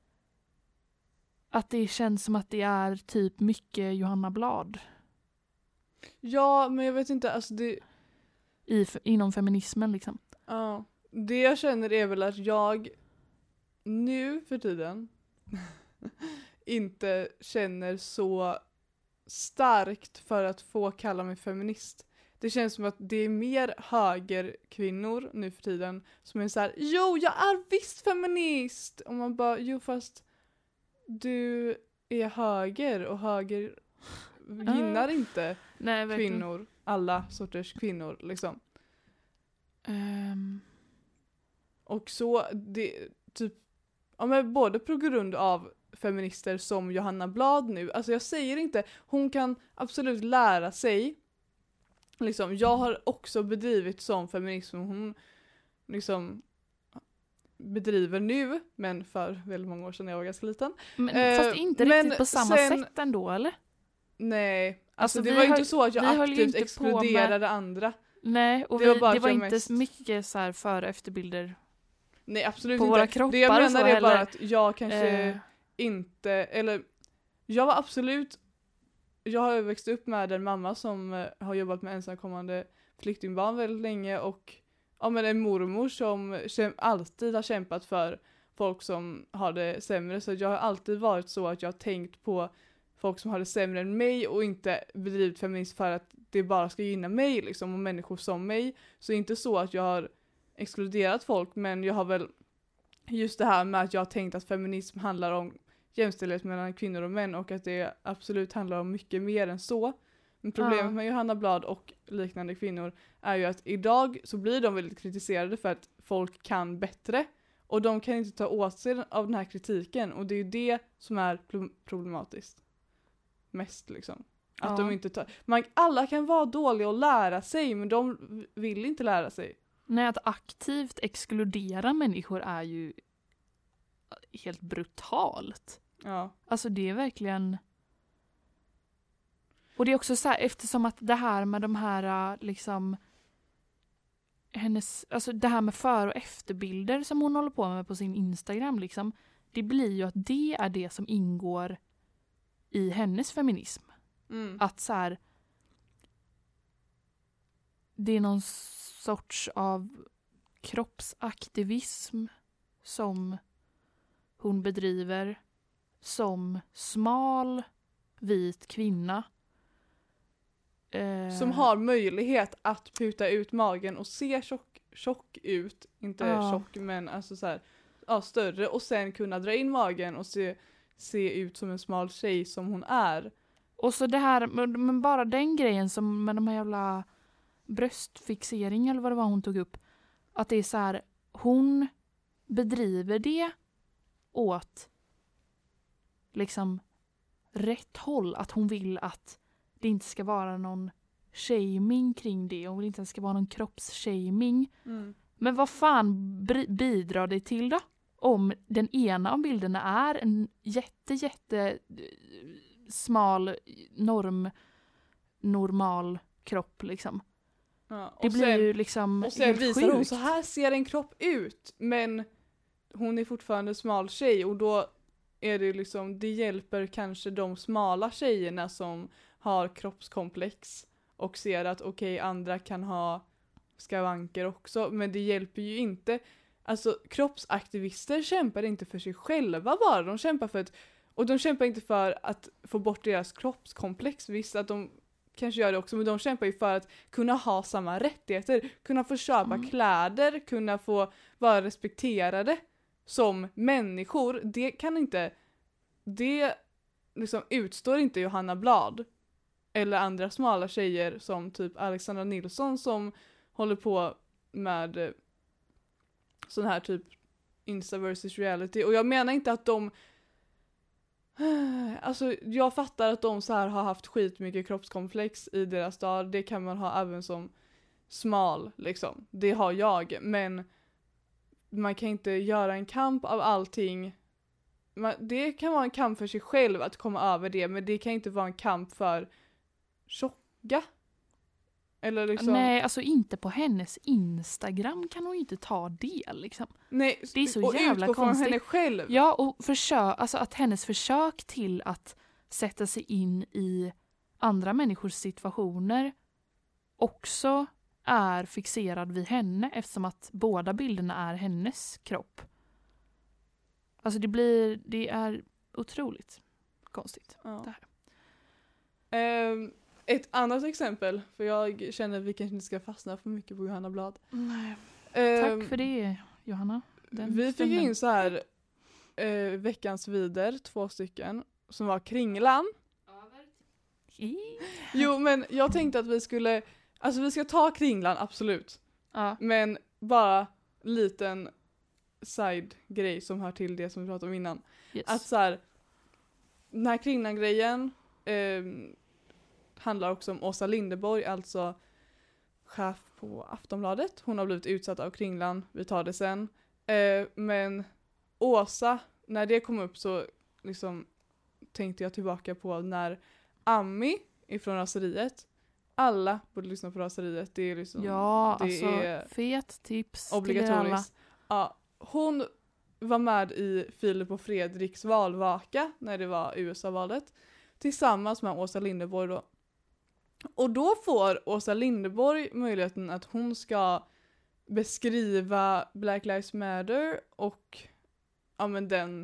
Speaker 2: att det känns som att det är typ mycket Johanna Blad
Speaker 3: Ja, men jag vet inte, alltså det...
Speaker 2: inom feminismen liksom.
Speaker 3: Ja. Det jag känner är väl att jag nu för tiden inte känner så starkt för att få kalla mig feminist. Det känns som att det är mer högerkvinnor nu för tiden som är så här: jo, jag är visst feminist! Och man bara, jo fast du är höger och höger gynnar inte
Speaker 2: Nej, verkligen.
Speaker 3: kvinnor, alla sorters kvinnor liksom. Och så det typ, ja, men både på grund av feminister som Johanna Blad nu, alltså jag säger inte, hon kan absolut lära sig liksom, jag har också bedrivit som feminism hon liksom bedriver nu, men för väldigt många år sedan när jag var ganska liten.
Speaker 2: Fast inte
Speaker 3: men
Speaker 2: riktigt på samma
Speaker 3: sen-
Speaker 2: sätt ändå, eller?
Speaker 3: Nej,
Speaker 2: Alltså,
Speaker 3: alltså det
Speaker 2: vi
Speaker 3: var
Speaker 2: höll-
Speaker 3: inte så att
Speaker 2: vi
Speaker 3: jag
Speaker 2: höll ju
Speaker 3: aktivt
Speaker 2: inte på
Speaker 3: exkluderade andra.
Speaker 2: Nej, och
Speaker 3: Det var bara
Speaker 2: det
Speaker 3: att
Speaker 2: var
Speaker 3: jag
Speaker 2: inte
Speaker 3: mest-
Speaker 2: mycket så här före- och efterbilder.
Speaker 3: Nej, absolut
Speaker 2: På
Speaker 3: inte.
Speaker 2: våra kroppar
Speaker 3: det jag
Speaker 2: och
Speaker 3: menar
Speaker 2: så
Speaker 3: är bara
Speaker 2: heller.
Speaker 3: att jag kanske
Speaker 2: Eh,
Speaker 3: inte, eller jag var absolut jag har växt upp med en mamma som har jobbat med ensamkommande flyktingbarn väldigt länge och men en mormor som alltid har kämpat för folk som har det sämre. Så jag har alltid varit så att jag har tänkt på folk som har det sämre än mig och inte bedrivit feminism för att det bara ska gynna mig liksom, och människor som mig. Så inte så att jag har exkluderat folk, men jag har väl just det här med att jag har tänkt att feminism handlar om jämställdhet mellan kvinnor och män och att det absolut handlar om mycket mer än så. Men problemet med Johanna Blad och liknande kvinnor är ju att idag så blir de väldigt kritiserade för att folk kan bättre och de kan inte ta åt sig av den här kritiken och det är ju det som är problematiskt. Mest liksom. Att de inte tar... alla kan vara dåliga och lära sig men de vill inte lära sig.
Speaker 2: Nej, att aktivt exkludera människor är ju helt brutalt.
Speaker 3: Ja.
Speaker 2: Alltså det är verkligen... Och det är också så här, eftersom att det här med de här liksom alltså det här med för- och efterbilder som hon håller på med på sin Instagram liksom, det blir ju att det är det som ingår i hennes feminism. Att så här, det är någon sorts av kroppsaktivism som hon bedriver som smal vit kvinna.
Speaker 3: Som har möjlighet att puta ut magen och se tjock ut. Inte tjock men alltså så här, större och sen kunna dra in magen och se ut som en smal tjej som hon är.
Speaker 2: Och så det här, men bara den grejen som med de här jävla bröstfixering eller vad det var hon tog upp. Att det är så här, hon bedriver det åt liksom rätt håll. Att hon vill att det inte ska vara någon shaming kring det. Hon vill inte att det ska vara någon kroppsshaming. Men vad fan bidrar det till då? Om den ena av bilderna är en jätte smal normal kropp liksom.
Speaker 3: Ja,
Speaker 2: det blir ju liksom
Speaker 3: och sen
Speaker 2: helt
Speaker 3: visar
Speaker 2: sjukt.
Speaker 3: hon så här ser en kropp ut men hon är fortfarande smal tjej och då är det liksom, det hjälper kanske de smala tjejerna som har kroppskomplex och ser att okej, andra kan ha skavanker också, men det hjälper ju inte. Alltså kroppsaktivister kämpar inte för sig själva bara, de kämpar för att, och de kämpar inte för att få bort deras kroppskomplex, visst att de kanske gör det också, men de kämpar ju för att kunna ha samma rättigheter, kunna få köpa kläder, kunna få vara respekterade som människor. Det kan inte, det liksom utstår inte Johanna Blad eller andra smala tjejer som typ Alexandra Nilsson som håller på med sån här typ Insta versus reality. Och jag menar inte att de, alltså jag fattar att de så här har haft skitmycket kroppskomplex i deras dag. Det kan man ha även som smal liksom. Det har jag, men man kan inte göra en kamp av allting. Det kan vara en kamp för sig själv att komma över det, men det kan inte vara en kamp för tjocka. Eller liksom... Nej,
Speaker 2: alltså inte på hennes Instagram kan hon inte ta det liksom.
Speaker 3: Nej,
Speaker 2: det är så
Speaker 3: och
Speaker 2: jävla
Speaker 3: utgå
Speaker 2: konstigt.
Speaker 3: Från henne själv.
Speaker 2: Ja, och alltså att hennes försök till att sätta sig in i andra människors situationer också är fixerad vid henne eftersom att båda bilderna är hennes kropp. Alltså det är otroligt konstigt.
Speaker 3: Ja.
Speaker 2: Det här.
Speaker 3: Ett annat exempel, för jag känner att vi kanske inte ska fastna för mycket på Johanna Blad.
Speaker 2: Nej. Tack för det, Johanna.
Speaker 3: Vi fick in så här veckans vider, 2 stycken, som var Kringlan. Jo, men jag tänkte att vi ska ta Kringlan, absolut.
Speaker 2: Ja.
Speaker 3: Men bara liten side-grej som hör till det som vi pratade om innan.
Speaker 2: Yes.
Speaker 3: Att så här, den här Kringlan-grejen handlar också om Åsa Linderborg, alltså chef på Aftonbladet. Hon har blivit utsatt av Kringlan, vi tar det sen. Men Åsa, när det kom upp så liksom tänkte jag tillbaka på när Ami ifrån Raseriet, alla borde lyssna på Raseriet, det är liksom,
Speaker 2: ja,
Speaker 3: det
Speaker 2: alltså
Speaker 3: är
Speaker 2: fet tips
Speaker 3: obligatoriskt. Ja, hon var med i Filip och Fredriks valvaka när det var USA-valet. tillsammans med Åsa Linderborg då. Och då får Åsa Linderborg möjligheten att hon ska beskriva Black Lives Matter och den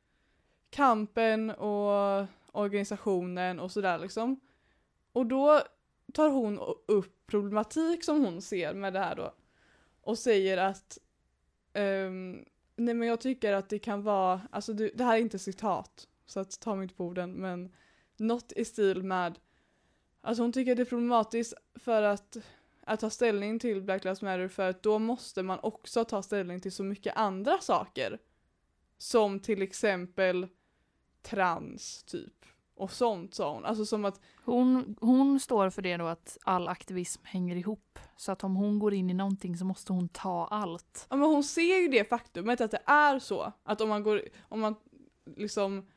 Speaker 3: kampen och organisationen och sådär liksom. Och då tar hon upp problematik som hon ser med det här då. Och säger att nej men jag tycker att det kan vara, alltså det här är inte citat så att ta mig inte på orden, men något i stil med, alltså hon tycker att det är problematiskt för att ta ställning till Black Lives Matter, för att då måste man också ta ställning till så mycket andra saker. Som till exempel trans typ. Och sånt sa hon. Alltså som att
Speaker 2: hon står för det då, att all aktivism hänger ihop. Så att om hon går in i någonting så måste hon ta allt.
Speaker 3: Ja, men hon ser ju det faktumet att det är så. Att om man liksom,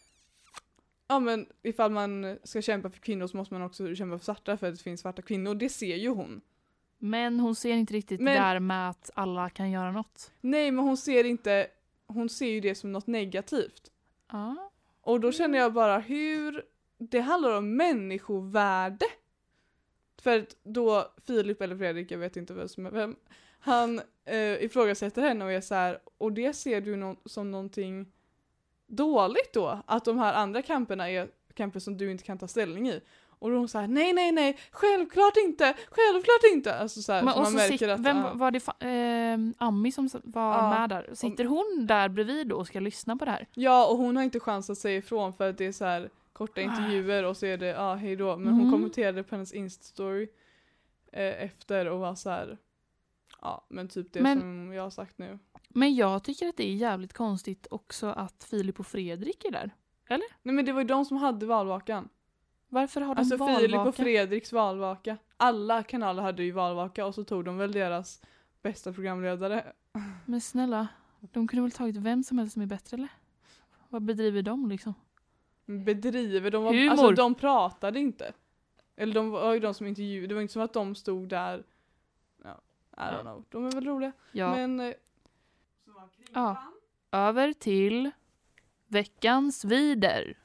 Speaker 3: ja men ifall man ska kämpa för kvinnor så måste man också kämpa för svarta, för att det finns svarta kvinnor. Det ser ju hon. Men
Speaker 2: hon ser inte riktigt där med att alla kan göra något.
Speaker 3: Nej, men hon ser ju det som något negativt.
Speaker 2: Ja.
Speaker 3: Och då känner jag bara hur det handlar om människovärde. För att då Filip eller Fredrik, jag vet inte vem som är vem, han ifrågasätter henne och är så här, och det ser du som någonting dåligt då, att de här andra kamperna är kamper som du inte kan ta ställning i. Och då hon så här, nej, självklart inte. Alltså så här,
Speaker 2: men
Speaker 3: så man märker att
Speaker 2: vem var det Ami som var med där? Sitter hon där bredvid och ska lyssna på det här?
Speaker 3: Ja, och hon har inte chans att säga ifrån för att det är så här korta intervjuer och så är det hej då, men hon kommenterade på hennes Insta-story efter och var så här, men typ det som jag har sagt nu. Men
Speaker 2: jag tycker att det är jävligt konstigt också att Filip och Fredrik är där. Eller?
Speaker 3: Nej, men det var ju de som hade valvakan.
Speaker 2: Varför har de valvaka?
Speaker 3: Alltså Filip och Fredriks valvaka. Alla kanaler hade ju valvaka och så tog de väl deras bästa programledare.
Speaker 2: Men snälla, de kunde väl tagit vem som helst som är bättre, eller? Vad bedriver de liksom?
Speaker 3: Humor. Alltså de pratade inte. Eller de var ju de som intervjuade. Det var inte som att de stod där. I don't know. De är väl roliga.
Speaker 2: Ja.
Speaker 3: Men
Speaker 2: över till veckans vider.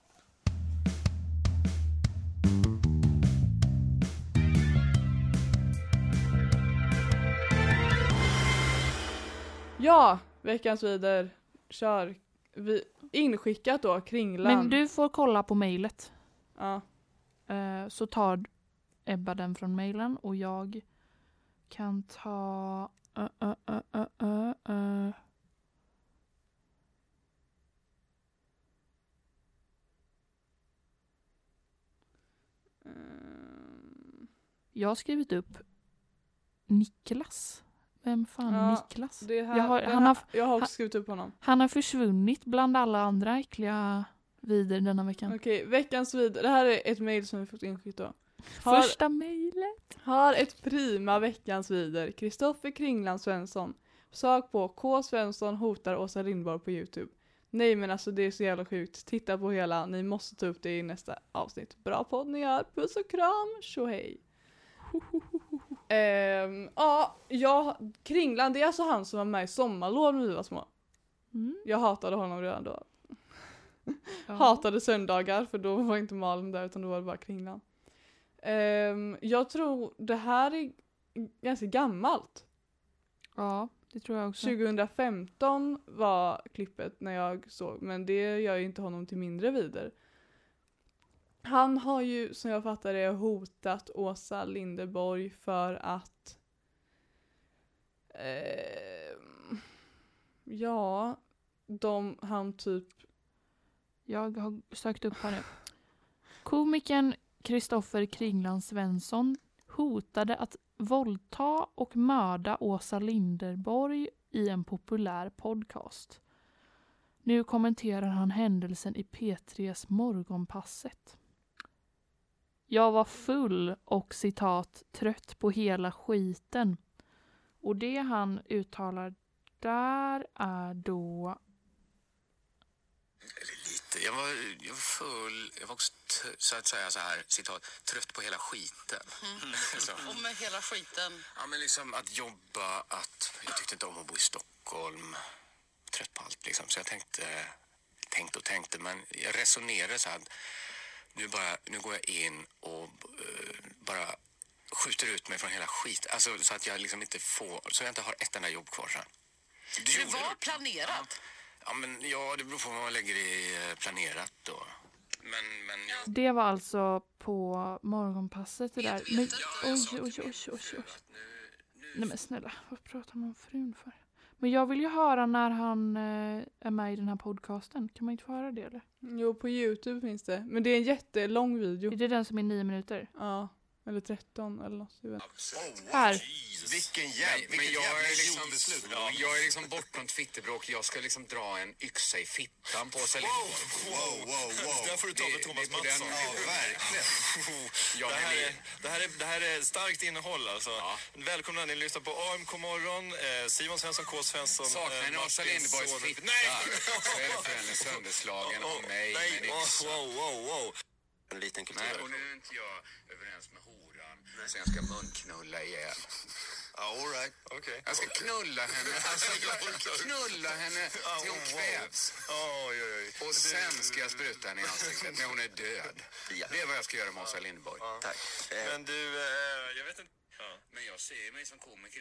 Speaker 3: Ja, veckans vider. Kör. Inskickat då, Kringlan.
Speaker 2: Men du får kolla på mejlet.
Speaker 3: Ja.
Speaker 2: Så tar Ebba den från mejlen och jag kan ta Jag har skrivit upp Niklas. Vem fan Niklas?
Speaker 3: Jag har också skrivit upp honom.
Speaker 2: Han har försvunnit bland alla andra äckliga vider denna veckan.
Speaker 3: Okej, veckans vider. Det här är ett mejl som vi fått inskickat då.
Speaker 2: Första mejlet.
Speaker 3: Har ett prima veckans vider. Kristoffer Kringland Svensson. Sök på K. Svensson hotar Åsa Lindborg på YouTube. Nej, men alltså det är så jävla sjukt. Titta på hela. Ni måste ta upp det i nästa avsnitt. Bra podd ni gör. Puss och kram. Tjohej. Kringland, det är alltså han som var med i Sommarlov när vi var små. Jag hatade honom redan då. Hatade söndagar, för då var inte Malin där utan då var det bara Kringland. Jag tror det här är ganska gammalt.
Speaker 2: Ja, det tror jag också.
Speaker 3: 2015 var klippet när jag såg, men det gör ju inte honom till mindre vider. Han har ju, som jag fattar det, hotat Åsa Linderborg för att han typ...
Speaker 2: Jag har sökt upp här nu. Komikern Kristoffer Kringland Svensson hotade att våldta och mörda Åsa Linderborg i en populär podcast. Nu kommenterar han händelsen i P3s Morgonpasset. Jag var full och citat trött på hela skiten. Och det han uttalar där är då...
Speaker 4: Eller lite. Jag var full. Jag var också så att säga så här, citat, trött på hela skiten.
Speaker 1: Och med hela skiten?
Speaker 4: Ja, men liksom att jobba, jag tyckte inte om att bo i Stockholm. Trött på allt liksom. Så jag tänkte, men jag resonerade så här. Nu går jag in och bara skjuter ut mig från hela skit. Alltså så att jag liksom inte får, så jag inte har ett enda jobb kvar sen.
Speaker 6: Det var planerat.
Speaker 4: Ja, men det beror på vad man lägger i planerat då. Men
Speaker 2: Det var alltså på morgonpasset det där. Men, oj. Nej men snälla, vad pratar man om frun för? Men jag vill ju höra när han är med i den här podcasten. Kan man inte få höra det eller?
Speaker 3: Jo, på YouTube finns det. Men det är en jättelång video.
Speaker 2: Är det den som är 9 minuter?
Speaker 3: Ja, eller 13 eller något.
Speaker 2: Här.
Speaker 4: vilken jävla jag är liksom bortom Twitterbråk. Jag ska liksom dra en yxa i fittan på Åsa Linderborg.
Speaker 7: Wow. Där får du ta med Thomas Mattsson.
Speaker 4: Ja, verkligen.
Speaker 7: Det här är starkt innehåll alltså. Ja. Välkomna, ni lyssnar på AMK morgon. Simon Svensson, K. Svensson.
Speaker 4: Saknar ni Åsa Linderborgs fitta?
Speaker 7: Nej!
Speaker 4: Så är det för henne sönderslagen av mig.
Speaker 7: Wow. En liten kultur.
Speaker 4: Nej, och nu är inte jag överens med horan. Så jag ska munknulla ihjäl.
Speaker 7: All right. Okay.
Speaker 4: Jag ska knulla henne. Alltså, knulla henne till hon kvävs.
Speaker 7: Oj.
Speaker 4: Och sen ska jag spruta henne i ansiktet när hon är död. Det är vad jag ska göra med Åsa Linderborg.
Speaker 7: Tack. Men du, jag vet inte. Ja.
Speaker 4: Men jag ser mig som komiker.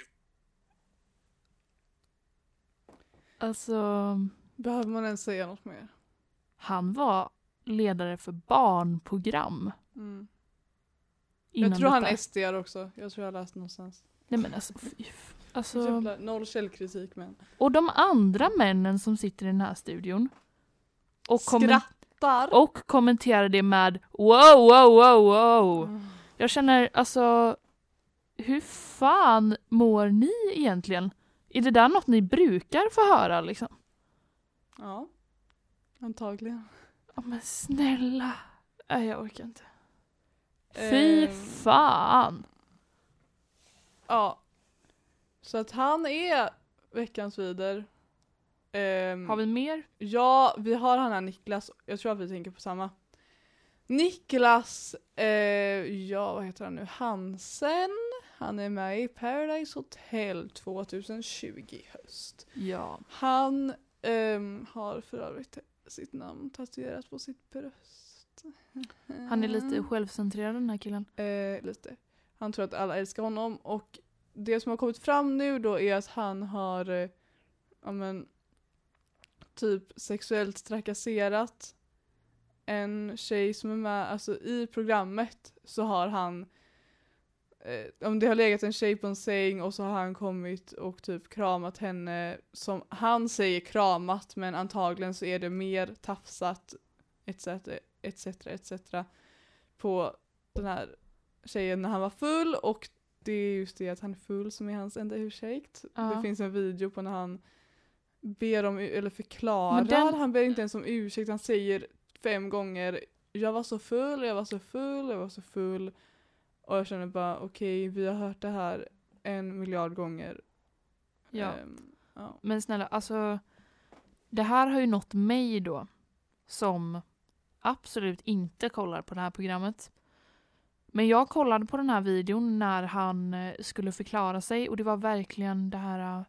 Speaker 2: Alltså,
Speaker 3: Behöver man ens säga något mer?
Speaker 2: han var ledare för barnprogram.
Speaker 3: Mm.
Speaker 2: Innan
Speaker 3: Jag tror han
Speaker 2: detta.
Speaker 3: SDR också. Jag tror jag har läst någonstans.
Speaker 2: Nej men alltså, alltså,
Speaker 3: Jävla, noll källkritik men.
Speaker 2: och de andra männen som sitter i den här studion och,
Speaker 3: Skrattar.
Speaker 2: och kommenterar det med wow. Jag känner alltså, hur fan mår ni egentligen? Är det där något ni brukar få höra liksom?
Speaker 3: Ja. Antagligen.
Speaker 2: Ja men snälla. Nej, jag orkar inte. Fy fan.
Speaker 3: Ja. Så att han är veckans vider.
Speaker 2: Har vi mer?
Speaker 3: Ja, vi har han här Niklas. Jag tror att vi tänker på samma. Niklas, vad heter han nu? Hansen. Han är med i Paradise Hotel 2020 i höst.
Speaker 2: Ja.
Speaker 3: Han har för övrigt sitt namn tatuerat på sitt bröst.
Speaker 2: Han är lite självcentrerad den här killen.
Speaker 3: Lite. Han tror att alla älskar honom. Och det som har kommit fram nu då är att han har typ sexuellt trakasserat en tjej som är med, alltså i programmet så har han om det har legat en tjej på en säng och så har han kommit och typ kramat henne, som han säger kramat, men antagligen så är det mer tafsat etc. på den här tjejen när han var full, och det är just det att han är full som är hans enda ursäkt.
Speaker 2: Ja.
Speaker 3: Det finns en video på när han ber om, eller förklarar,
Speaker 2: Men
Speaker 3: han ber inte ens om ursäkt, han säger 5 gånger jag var så full. Och jag känner bara, okej, vi har hört det här 1 miljard gånger.
Speaker 2: Ja.
Speaker 3: Ja.
Speaker 2: Men snälla, alltså det här har ju nått mig då som absolut inte kollar på det här programmet. Men jag kollade på den här videon när han skulle förklara sig, och det var verkligen det här: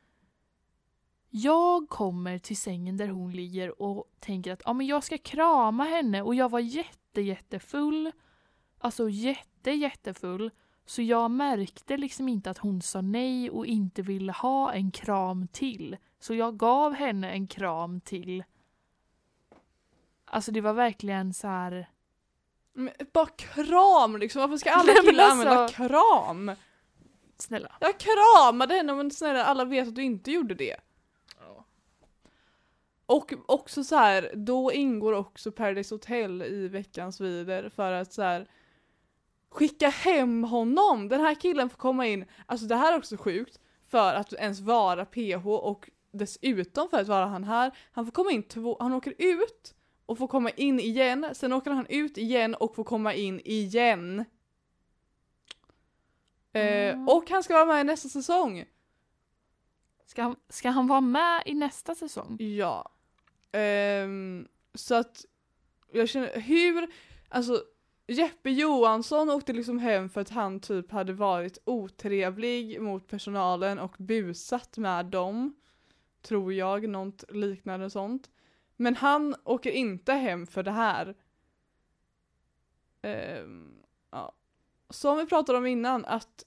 Speaker 2: jag kommer till sängen där hon ligger och tänker att men jag ska krama henne, och jag var jättefull. Alltså jättefull. Så jag märkte liksom inte att hon sa nej och inte ville ha en kram till. Så jag gav henne en kram till. Alltså det var verkligen så här.
Speaker 3: Men bara kram liksom. Varför ska alla killar använda kram?
Speaker 2: Snälla.
Speaker 3: Jag kramade henne, men snälla, alla vet att du inte gjorde det.
Speaker 2: Ja.
Speaker 3: Och också så här, då ingår också Paradise Hotel i veckans vider för att så här skicka hem honom. Den här killen får komma in. Alltså det här är också sjukt, för att ens vara PH och dessutom för att vara han här. Han får komma in han åker ut och får komma in igen. Sen åker han ut igen och får komma in igen. Och han ska vara med i nästa säsong.
Speaker 2: Ska han vara med i nästa säsong?
Speaker 3: Ja. Så att jag känner alltså Jeppe Johansson åkte liksom hem för att han typ hade varit otrevlig mot personalen och busat med dem. Tror jag, något liknande sånt. Men han åker inte hem för det här. Ja. Som vi pratade om innan, att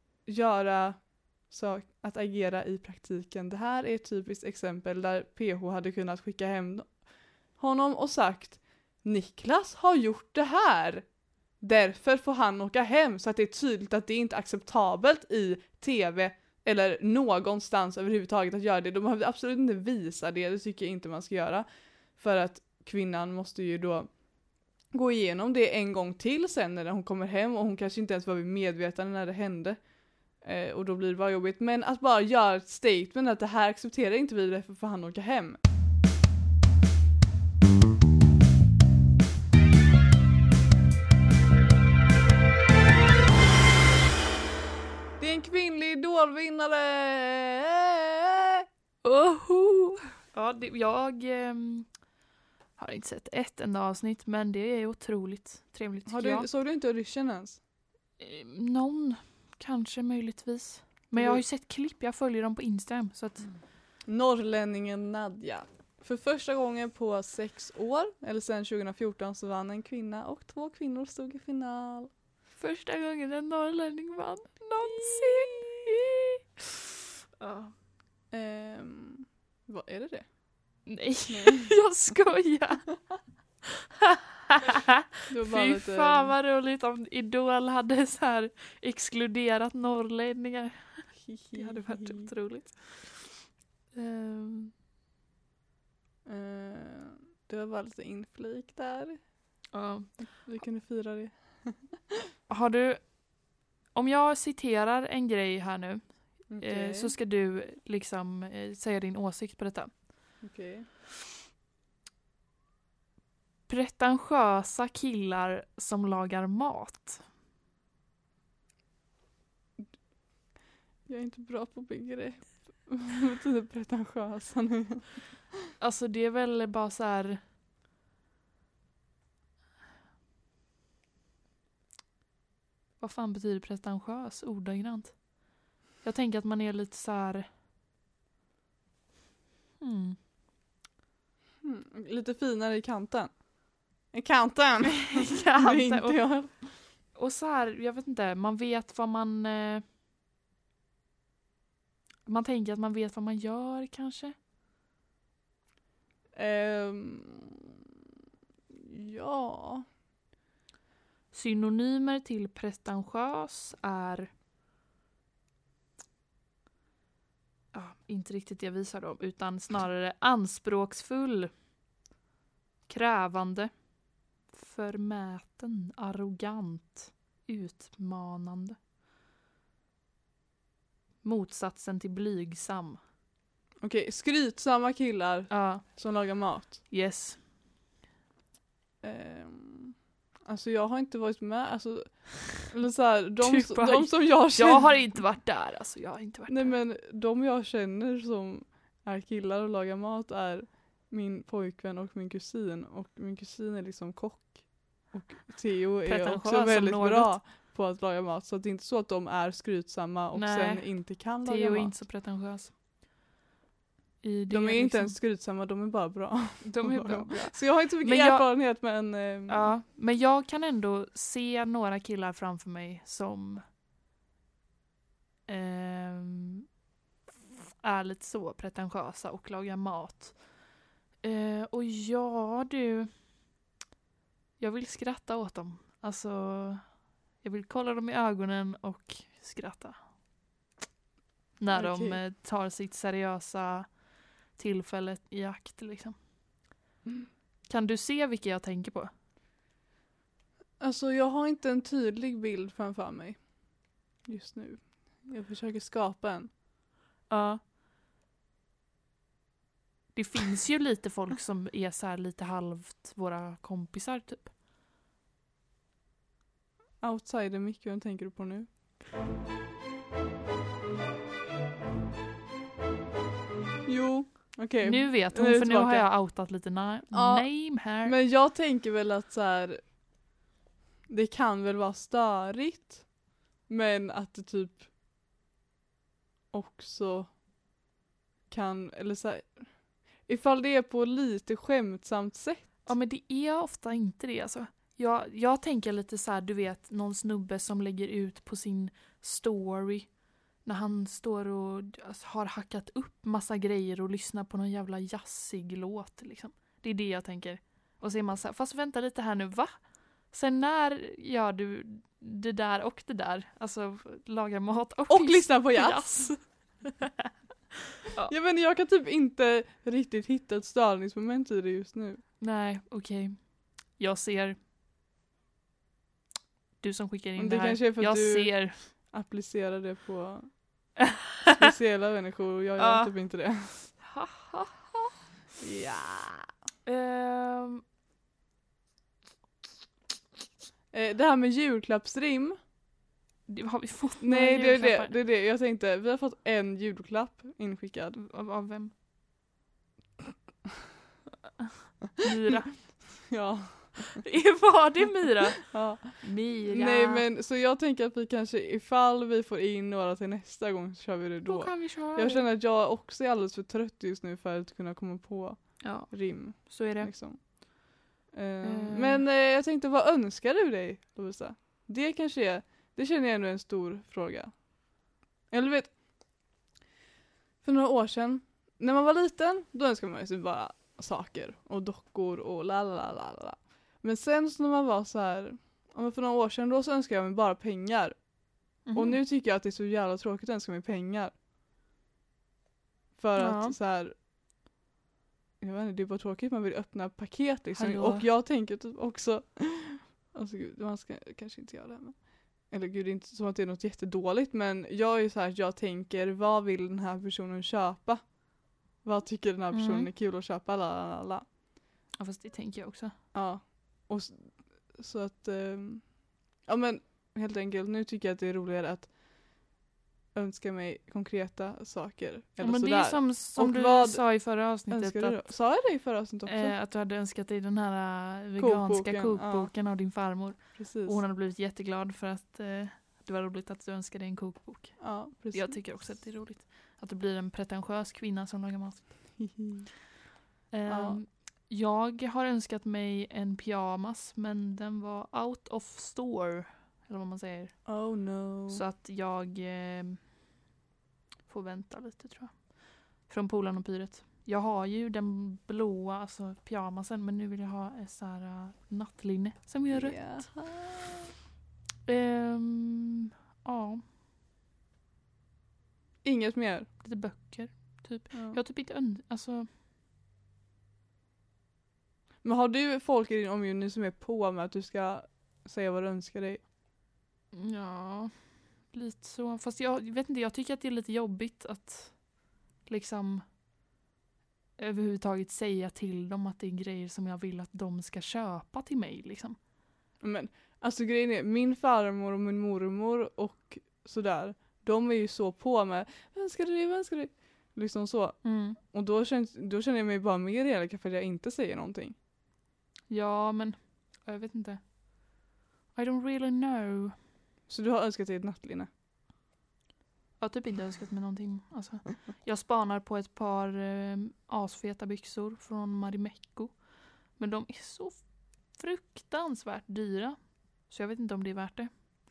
Speaker 3: agera i praktiken. Det här är ett typiskt exempel där PH hade kunnat skicka hem honom och sagt: Niklas har gjort det här. Därför får han åka hem, så att det är tydligt att det inte är acceptabelt i tv eller någonstans överhuvudtaget att göra det. De behöver absolut inte visa det tycker jag inte man ska göra. För att kvinnan måste ju då gå igenom det en gång till sen när hon kommer hem, och hon kanske inte ens var medveten när det hände. Och då blir det bara jobbigt. Men att bara göra ett statement att det här accepterar inte vi, därför får han åka hem. Det är en kvinnlig idolvinnare!
Speaker 2: Oho! Ja, jag har inte sett ett enda avsnitt, men det är otroligt trevligt.
Speaker 3: Såg du inte audition ens?
Speaker 2: Någon, kanske möjligtvis. Men jag har ju sett klipp, jag följer dem på Instagram. Så att...
Speaker 3: Norrlänningen Nadja. För första gången på 6 år, eller sedan 2014, så vann en kvinna och 2 kvinnor stod i final.
Speaker 2: Första gången en norrlänning vann någonsin. Ja.
Speaker 3: Vad är det?
Speaker 2: Nej, jag skojar. Fy fan vad roligt om Idol hade så här exkluderat norrlänningar. Det hade varit otroligt.
Speaker 3: Det var bara lite inflik där.
Speaker 2: Ja.
Speaker 3: Vi kunde fira det.
Speaker 2: Har du, om jag citerar en grej här nu,
Speaker 3: Okay.
Speaker 2: så ska du liksom säga din åsikt på detta.
Speaker 3: Okay.
Speaker 2: Pretentiösa killar som lagar mat.
Speaker 3: Jag är inte bra på begrepp. Vad betyder pretentiösa nu?
Speaker 2: Alltså det är väl bara så här. Vad fan betyder pretentiös ordagrant? Jag tänker att man är lite så här.
Speaker 3: Lite finare i kanten. I kanten.
Speaker 2: Kanten. Och så här, jag vet inte, man vet vad man man tänker att man vet vad man gör kanske.
Speaker 3: Ja.
Speaker 2: Synonymer till pretentiös är inte riktigt det jag visar dem, utan snarare anspråksfull, krävande, förmäten, arrogant, utmanande. Motsatsen till blygsam.
Speaker 3: Okej, skrytsamma killar som lagar mat.
Speaker 2: Yes.
Speaker 3: Alltså jag har inte varit med. Alltså, eller så här, de som jag känner.
Speaker 2: Jag har inte varit där. Alltså, jag har inte varit
Speaker 3: Nej,
Speaker 2: där.
Speaker 3: Men de jag känner som är killar och lagar mat är min pojkvän och min kusin. Och min kusin är liksom kock. Och Theo är också väldigt bra på att laga mat. Så det är inte så att de är skrytsamma och sen inte kan laga mat.
Speaker 2: Theo är inte så pretentiös.
Speaker 3: De är inte ens skrytsamma, de är bara bra.
Speaker 2: De är bra.
Speaker 3: Så jag har inte mycket erfarenhet, men...
Speaker 2: Ja, men jag kan ändå se några killar framför mig som är lite så pretentiösa och lagar mat. Och jag vill skratta åt dem. Alltså, jag vill kolla dem i ögonen och skratta. När de tar sitt seriösa tillfället i akt liksom. Kan du se vilka jag tänker på?
Speaker 3: Alltså jag har inte en tydlig bild framför mig just nu. Jag försöker skapa en.
Speaker 2: Ja. Det finns ju lite folk som är så här lite halvt våra kompisar typ.
Speaker 3: Outsider Mick, vem tänker du på nu? Jo, okej.
Speaker 2: Nu vet hon, för nu har jag outat lite name här.
Speaker 3: Men jag tänker väl att så här, det kan väl vara störigt, men att det typ också kan, eller så här, ifall det är på lite skämtsamt sätt.
Speaker 2: Ja, men det är ofta inte det alltså. Jag tänker lite så här, du vet, någon snubbe som lägger ut på sin story när han står och har hackat upp massa grejer och lyssnar på någon jävla jazzig låt liksom. Det är det jag tänker. Och så är man så här, fast vänta lite här nu, va? Sen när gör du det där och det där? Alltså lagar mat och
Speaker 3: lyssna på jazz. Ja. Jag kan typ inte riktigt hitta ett störningsmoment i det just nu.
Speaker 2: Nej, okej. Jag ser. Du som skickar in
Speaker 3: det
Speaker 2: här.
Speaker 3: Kanske är för att
Speaker 2: jag
Speaker 3: du
Speaker 2: ser.
Speaker 3: applicerar det på speciella människor och jag gör typ inte det. Ja. Det här med julklappsrim.
Speaker 2: Har vi fått
Speaker 3: Nej, det är det. Jag tänkte, vi har fått en julklapp inskickad.
Speaker 2: Av vem? Myra.
Speaker 3: Ja.
Speaker 2: Var det Myra?
Speaker 3: Ja.
Speaker 2: Myra.
Speaker 3: Nej, men så jag tänker att vi kanske, ifall vi får in några till nästa gång så kör vi det då.
Speaker 2: Då kan vi köra.
Speaker 3: Jag känner att jag också är alldeles för trött just nu för att kunna komma på rim.
Speaker 2: Så är det.
Speaker 3: Liksom. Men jag tänkte, vad önskar du dig, Lovisa? Det kanske är, det känner jag ändå är en stor fråga. Eller vet, för några år sedan, när man var liten, då önskar man sig bara saker och dockor och la. Men sen så när man var så här, för några år sedan, då så önskade jag mig bara pengar. Och nu tycker jag att det är så jävla tråkigt att önska mig pengar. För att så här, jag vet inte, det är bara tråkigt, man vill öppna paket liksom.
Speaker 2: Hallå.
Speaker 3: Och jag tänker typ också, alltså gud, man ska kanske inte göra det här, men eller gud, det är inte så att det är något jättedåligt, men jag är ju så här, jag tänker, vad vill den här personen köpa? Vad tycker den här personen är kul att köpa? Lalala.
Speaker 2: Ja, fast det tänker jag också.
Speaker 3: Ja, och så att ja, men helt enkelt, nu tycker jag att det är roligare att önska mig konkreta saker. Eller
Speaker 2: men det
Speaker 3: sådär.
Speaker 2: är som
Speaker 3: Och
Speaker 2: du sa i förra avsnittet.
Speaker 3: Att, sa jag det i förra avsnittet också?
Speaker 2: Att du hade önskat dig den här veganska kokboken av din farmor.
Speaker 3: Precis.
Speaker 2: Och hon hade blivit jätteglad för att det var roligt att du önskade dig en kokbok.
Speaker 3: Ja, precis.
Speaker 2: Jag tycker också att det är roligt. Att du blir en pretentiös kvinna som lagar mat. Jag har önskat mig en pyjamas, men den var out of store. Eller vad man säger.
Speaker 3: Oh no.
Speaker 2: Så att jag får vänta lite, tror jag. Från Polan och Pyret. Jag har ju den blåa, alltså pyjamasen, men nu vill jag ha ett så här nattlinne som gör rött. Ja.
Speaker 3: Inget mer?
Speaker 2: Lite böcker, typ.
Speaker 3: Ja.
Speaker 2: Jag har typ inte alltså.
Speaker 3: Men har du folk i din omgivning som är på med att du ska säga vad du önskar dig?
Speaker 2: Ja, lite så. Fast jag vet inte, jag tycker att det är lite jobbigt att liksom överhuvudtaget säga till dem att det är grejer som jag vill att de ska köpa till mig liksom.
Speaker 3: Men alltså grejen är, min farmor och min mormor och sådär, de är ju så på med vad önskar du dig? Liksom så. Och då känner jag mig bara mer elak för att jag inte säger någonting.
Speaker 2: Ja, men jag vet inte. I don't really know.
Speaker 3: Så du har önskat dig ett nattlinne?
Speaker 2: Jag har typ inte önskat mig någonting. Alltså, jag spanar på ett par asfeta byxor från Marimekko. Men de är så fruktansvärt dyra. Så jag vet inte om det är värt det.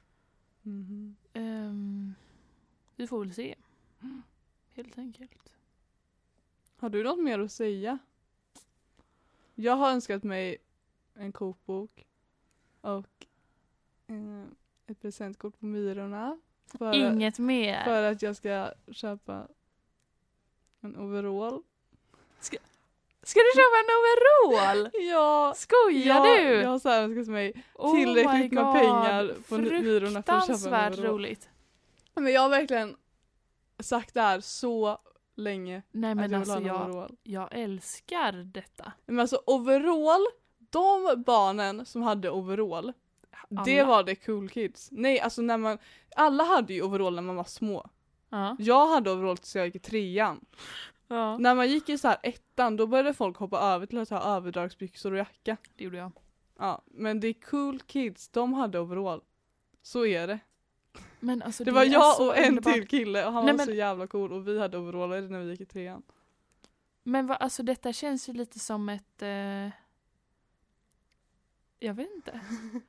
Speaker 2: Vi får väl se. Helt enkelt.
Speaker 3: Har du något mer att säga? Jag har önskat mig en kokbok och ett presentkort på Myrorna.
Speaker 2: Inget mer.
Speaker 3: För att jag ska köpa en overall.
Speaker 2: Ska du köpa en overall?
Speaker 3: Ja.
Speaker 2: Skojar du?
Speaker 3: Jag har så här önskat mig tillräckligt med pengar på Myrorna för att köpa en overall.
Speaker 2: roligt.
Speaker 3: Men jag har verkligen sagt det här så länge.
Speaker 2: Nej, men alltså
Speaker 3: jag
Speaker 2: jag älskar detta.
Speaker 3: Men alltså overall, de barnen som hade overall, det var det cool kids. Nej, alltså alla hade ju overall när man var små.
Speaker 2: Ja.
Speaker 3: Jag hade overall tills jag gick i 3:an.
Speaker 2: Ja.
Speaker 3: När man gick i så här 1:an, då började folk hoppa över till att ha överdragsbyxor och jacka.
Speaker 2: Det gjorde jag.
Speaker 3: Ja, men det är cool kids, de hade overall. Så är det.
Speaker 2: Men alltså,
Speaker 3: det var jag och en
Speaker 2: underbart.
Speaker 3: till kille och han var så jävla cool och vi hade overaller när vi gick i 3:an.
Speaker 2: Men alltså detta känns ju lite som ett Jag vet inte.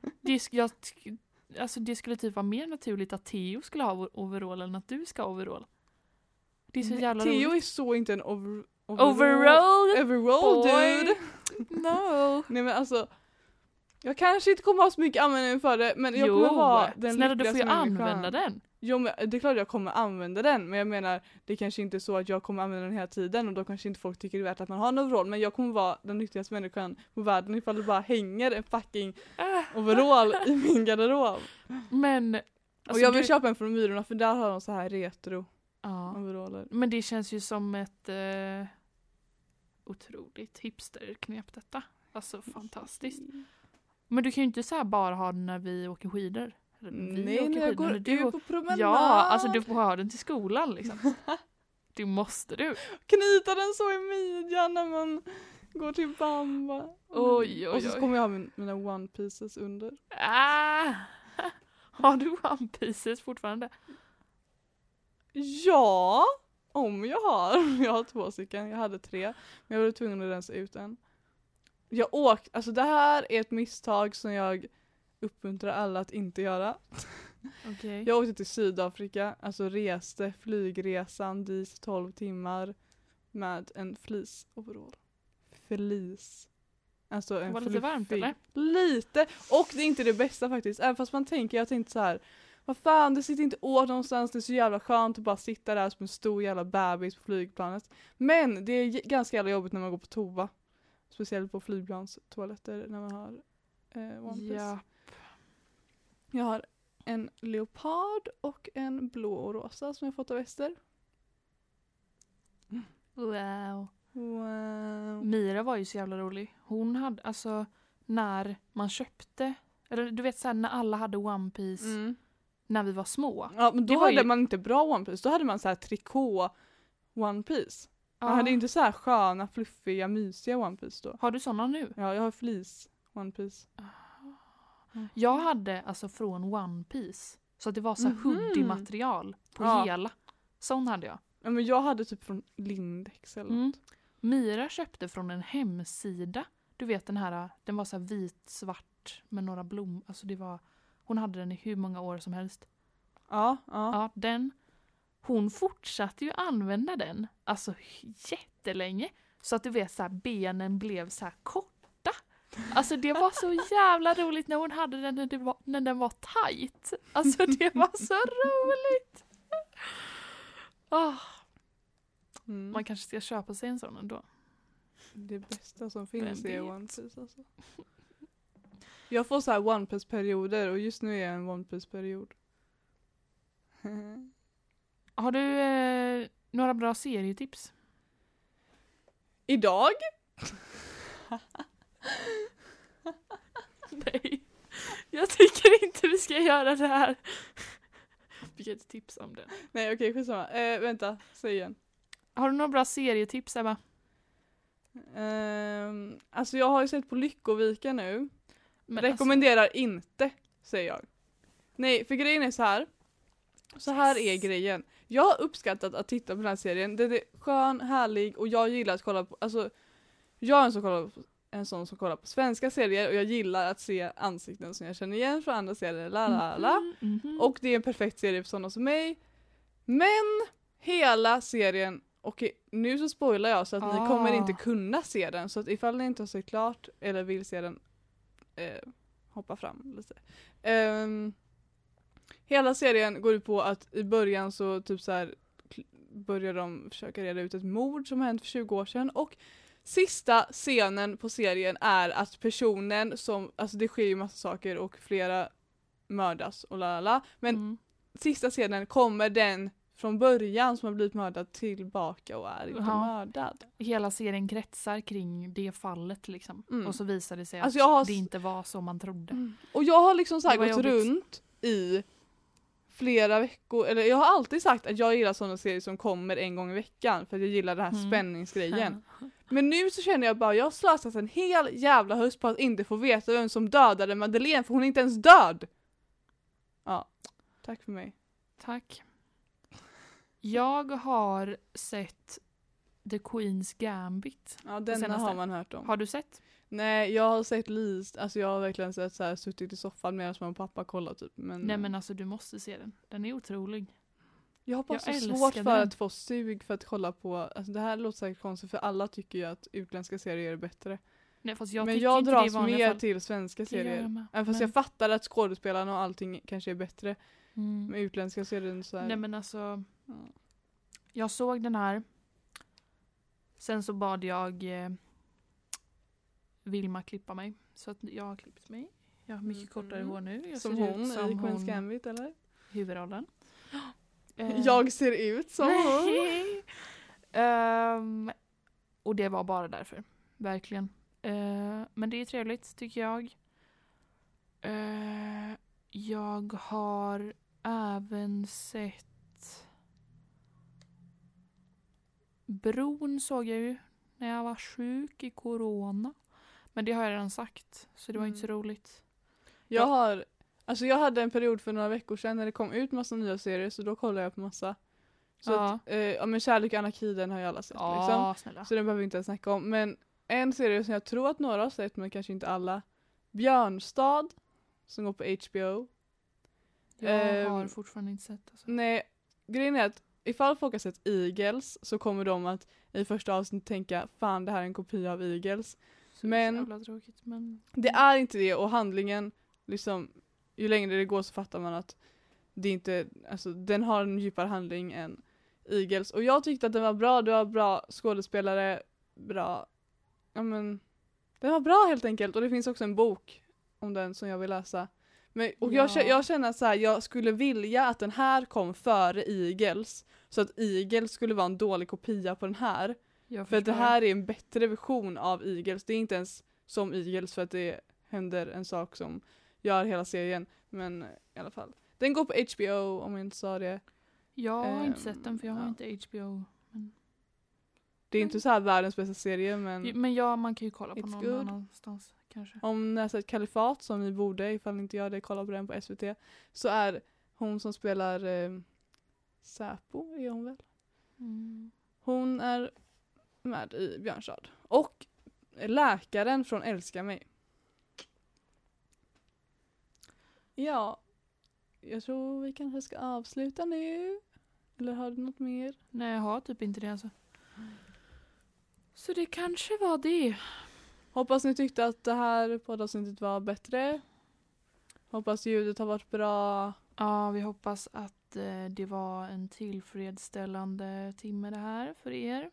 Speaker 2: Det skulle typ vara mer naturligt att Theo skulle ha overall än att du ska ha overall. Det är så jävla
Speaker 3: Theo
Speaker 2: roligt.
Speaker 3: är så inte en
Speaker 2: Overall boy.
Speaker 3: dude.
Speaker 2: No.
Speaker 3: Nej men alltså, jag kanske inte kommer ha så mycket användning för det, men jag kommer vara den
Speaker 2: snälla, du får ju
Speaker 3: lyckligaste människan.
Speaker 2: använda den.
Speaker 3: Jo, men det är klart jag kommer använda den, men jag menar, det kanske inte är så att jag kommer använda den hela tiden och då kanske inte folk tycker det är värt att man har en overall, men jag kommer vara den nyttigaste människan på världen ifall det bara hänger en fucking overall i min garderob.
Speaker 2: Men
Speaker 3: Och jag vill köpa en från Myrorna för där har de så här retro
Speaker 2: ja.
Speaker 3: overaller.
Speaker 2: Men det känns ju som ett otroligt hipsterknep detta. Alltså fantastiskt. Men du kan ju inte så här bara ha den när vi åker skidor. Eller
Speaker 3: Nej, när jag går ut på promenad.
Speaker 2: Ja, alltså du får ha den till skolan liksom. Det måste du.
Speaker 3: Knyta den så i midjan när man går till bamba.
Speaker 2: Oj.
Speaker 3: Och så kommer jag ha mina one pieces under.
Speaker 2: Har du one pieces fortfarande?
Speaker 3: Ja, om jag har. Jag har 2 stycken, jag hade 3. Men jag var tvungen att rensa ut en. Alltså det här är ett misstag som jag uppmuntrar alla att inte göra.
Speaker 2: Okay.
Speaker 3: Jag åkte till Sydafrika, alltså reste flygresan dit 12 timmar med en fleece-overall. Fleece. Alltså en
Speaker 2: var lite varmt eller?
Speaker 3: Lite, och det är inte det bästa faktiskt. Även fast jag tänkte så här, vad fan, det sitter inte åt någonstans, det är så jävla skönt att bara sitta där som en stor jävla bebis på flygplanet. Men det är ganska jävla jobbigt när man går på toa. Speciellt på flygplanstoaletter när man har one piece.
Speaker 2: Ja.
Speaker 3: Jag har en leopard och en blå och rosa som jag fått av Ester.
Speaker 2: Wow.
Speaker 3: Wow.
Speaker 2: Mira var ju så jävla rolig. Hon hade, alltså när man köpte, eller du vet såhär när alla hade One Piece när vi var små.
Speaker 3: Ja, men då hade
Speaker 2: ju
Speaker 3: man inte bra One Piece. Då hade man så här trikå One Piece. Man hade inte så här sköna, fluffiga, mysiga One Piece då.
Speaker 2: Har du såna nu?
Speaker 3: Ja, jag har fleece One Piece.
Speaker 2: Jag hade alltså från One Piece. Så att det var så här hoodie-material på hela. Sån hade jag.
Speaker 3: Ja, men jag hade typ från Lindex eller något.
Speaker 2: Mira köpte från en hemsida. Du vet den här, den var så här vit-svart med några blommor. Alltså det var, hon hade den i hur många år som helst. Ja, den. Hon fortsatte ju använda den. Alltså jättelänge. Så att du vet så här, benen blev så här korta. Alltså det var så jävla roligt när hon hade den när den var tight. Alltså det var så roligt. Man kanske ska köpa sig en sån ändå.
Speaker 3: Det bästa som finns är One Piece alltså. Jag får så här One Piece-perioder och just nu är jag en One Piece-period.
Speaker 2: Har du några bra serietips?
Speaker 3: Idag?
Speaker 2: Nej, jag tycker inte vi ska göra det här. Vi kan inte tipsa om det.
Speaker 3: Nej, okej, skitsamma. Vänta, säg igen.
Speaker 2: Har du några bra serietips, Ebba?
Speaker 3: Alltså jag har ju sett på Lyckovika nu.
Speaker 2: Men
Speaker 3: rekommenderar inte, säger jag. Nej, för grejen är så här. Så här är grejen. Jag har uppskattat att titta på den här serien. Den är skön, härlig och jag gillar att kolla på, alltså jag är en sån som kollar på svenska serier och jag gillar att se ansikten som jag känner igen från andra serier. Och det är en perfekt serie för sådana som mig. Men hela serien, och nu så spoilar jag så att ni kommer inte kunna se den, så att ifall ni inte har sett klart eller vill se den, hoppa fram lite. Hela serien går ut på att i början så typ så här börjar de försöka reda ut ett mord som hänt för 20 år sedan, och sista scenen på serien är att personen som, alltså det sker ju massa saker och flera mördas och lalala, men sista scenen kommer den från början som har blivit mördad tillbaka och är inte mördad.
Speaker 2: Hela serien kretsar kring det fallet liksom. Och så visar det sig att det inte var så man trodde.
Speaker 3: Och jag har liksom så här gått runt i flera veckor, eller jag har alltid sagt att jag gillar sådana serier som kommer en gång i veckan för att jag gillar den här spänningsgrejen. Men nu så känner jag bara, jag har slösat en hel jävla höst på att inte få veta vem som dödade Madeleine, för hon är inte ens död. Ja, tack för mig.
Speaker 2: Tack. Jag har sett The Queen's Gambit.
Speaker 3: Ja, denna har man hört om.
Speaker 2: Har du sett?
Speaker 3: Nej, jag har sett alltså jag har verkligen sett så här, suttit i soffan medan mamma och pappa kollar typ.
Speaker 2: Nej men alltså du måste se den. Den är otrolig.
Speaker 3: Jag har bara
Speaker 2: jag
Speaker 3: så
Speaker 2: älskar
Speaker 3: svårt för
Speaker 2: den.
Speaker 3: att få sug för att kolla på, alltså det här låter säkert konstigt för alla tycker ju att utländska serier är bättre.
Speaker 2: Nej, fast jag
Speaker 3: men
Speaker 2: tycker
Speaker 3: jag
Speaker 2: inte det i
Speaker 3: dras
Speaker 2: vanliga
Speaker 3: mer
Speaker 2: fall.
Speaker 3: till svenska
Speaker 2: Det gör
Speaker 3: serier.
Speaker 2: jag med,
Speaker 3: Även fast
Speaker 2: men-
Speaker 3: jag fattar att skådespelarna och allting kanske är bättre.
Speaker 2: Mm.
Speaker 3: Med utländska serier så här.
Speaker 2: Nej men alltså,
Speaker 3: Ja.
Speaker 2: jag såg den här. Sen så bad jag Vilma klippa mig. Så att jag har klippt mig. Jag har mycket kortare hår nu. Jag
Speaker 3: Som
Speaker 2: ser
Speaker 3: hon
Speaker 2: ut som
Speaker 3: i Queen's
Speaker 2: hon
Speaker 3: Gambit eller?
Speaker 2: huvudrollen.
Speaker 3: Jag ser ut som hon.
Speaker 2: Och det var bara därför. Verkligen. Men det är trevligt tycker jag. Jag har även sett Bron såg jag ju när jag var sjuk i corona. Men det har jag redan sagt. Så det var inte så roligt.
Speaker 3: Jag hade en period för några veckor sedan när det kom ut massa nya serier så då kollade jag på massa. Så
Speaker 2: Ja.
Speaker 3: att, men Kärlek och Anarki har ju alla sett liksom.
Speaker 2: Ja, snälla.
Speaker 3: Så den behöver vi inte snacka om. Men en serie som jag tror att några har sett men kanske inte alla. Björnstad som går på HBO.
Speaker 2: Jag har fortfarande inte sett. Alltså.
Speaker 3: Nej, grejen är att ifall folk har sett Eagles så kommer de att i första avsnitt tänka fan det här är en kopia av Eagles.
Speaker 2: Så
Speaker 3: Men-
Speaker 2: det är så jävla tråkigt, men
Speaker 3: Det är inte det och handlingen liksom ju längre det går så fattar man att det inte, alltså den har en djupare handling än Eagles. Och jag tyckte att den var bra, det var bra skådespelare, bra, ja men den var bra helt enkelt och det finns också en bok om den som jag vill läsa. Men, och
Speaker 2: Ja.
Speaker 3: jag känner så här, jag skulle vilja att den här kom före Eagles så att Eagles skulle vara en dålig kopia på den här.
Speaker 2: jag
Speaker 3: För att det
Speaker 2: förstår.
Speaker 3: här är en bättre version av Eagles. Det är inte ens som Eagles för att det händer en sak som gör hela serien. Men i alla fall. Den går på HBO om jag inte sa det.
Speaker 2: Jag har inte sett den för jag har
Speaker 3: ja.
Speaker 2: inte HBO.
Speaker 3: Det är inte så här världens bästa serie men
Speaker 2: Men ja, man kan ju kolla på
Speaker 3: It's
Speaker 2: någon
Speaker 3: good.
Speaker 2: annanstans kanske.
Speaker 3: om ni har sett Kalifat som ni borde ifall ni inte gör det, kolla på den på SVT. Så är hon som spelar Säpo är hon väl?
Speaker 2: Mm.
Speaker 3: Hon är med i Björnstad. Och läkaren från Älska mig. Ja, jag tror vi kanske ska avsluta nu. Eller har du något mer?
Speaker 2: Nej, jag har typ inte det alltså. Så det kanske var det.
Speaker 3: Hoppas ni tyckte att det här poddavsnittet var bättre. Hoppas ljudet har varit bra.
Speaker 2: Ja, vi hoppas att det var en tillfredsställande timme det här för er.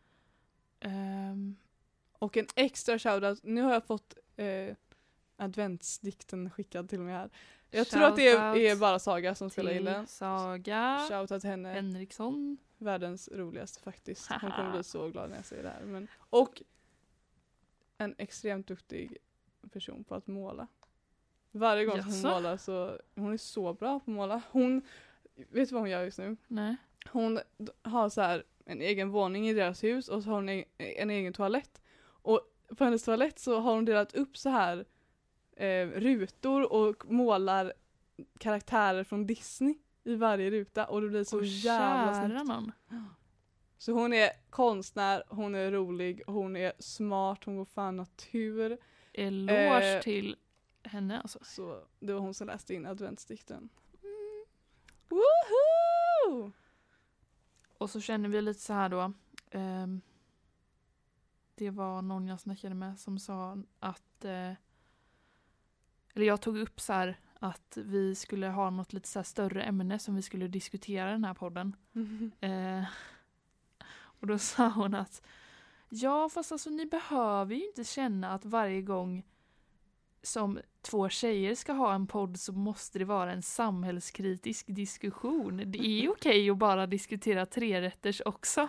Speaker 3: Och en extra shoutout. Nu har jag fått adventsdikten skickad till mig här. Jag tror att det är bara Saga som spelar in den.
Speaker 2: Saga
Speaker 3: Shoutout henne.
Speaker 2: Henriksson.
Speaker 3: Världens roligaste faktiskt. Hon kommer bli så glad när jag säger det här. Men, och en extremt duktig person på att måla. Varje gång som hon
Speaker 2: Jaså?
Speaker 3: målar så hon är så bra på att måla. Hon, vet du vad hon gör just nu?
Speaker 2: Nej.
Speaker 3: Hon har så här en egen våning i deras hus och så har hon en egen toalett. Och på hennes toalett så har hon delat upp så här rutor och målar karaktärer från Disney i varje ruta och det blir så jävla snyggt.
Speaker 2: kära någon.
Speaker 3: Så hon är konstnär, hon är rolig, hon är smart, hon går fan natur.
Speaker 2: Eloge till henne alltså.
Speaker 3: Så det var hon som läste in adventsdikten. Woohoo!
Speaker 2: Och så känner vi lite så här då. Det var någon jag snackade med som sa att eller jag tog upp så här att vi skulle ha något lite så här större ämne som vi skulle diskutera i den här podden. Och då sa hon att ja, fast alltså ni behöver ju inte känna att varje gång som två tjejer ska ha en podd så måste det vara en samhällskritisk diskussion. Det är okej att bara diskutera trerätters också.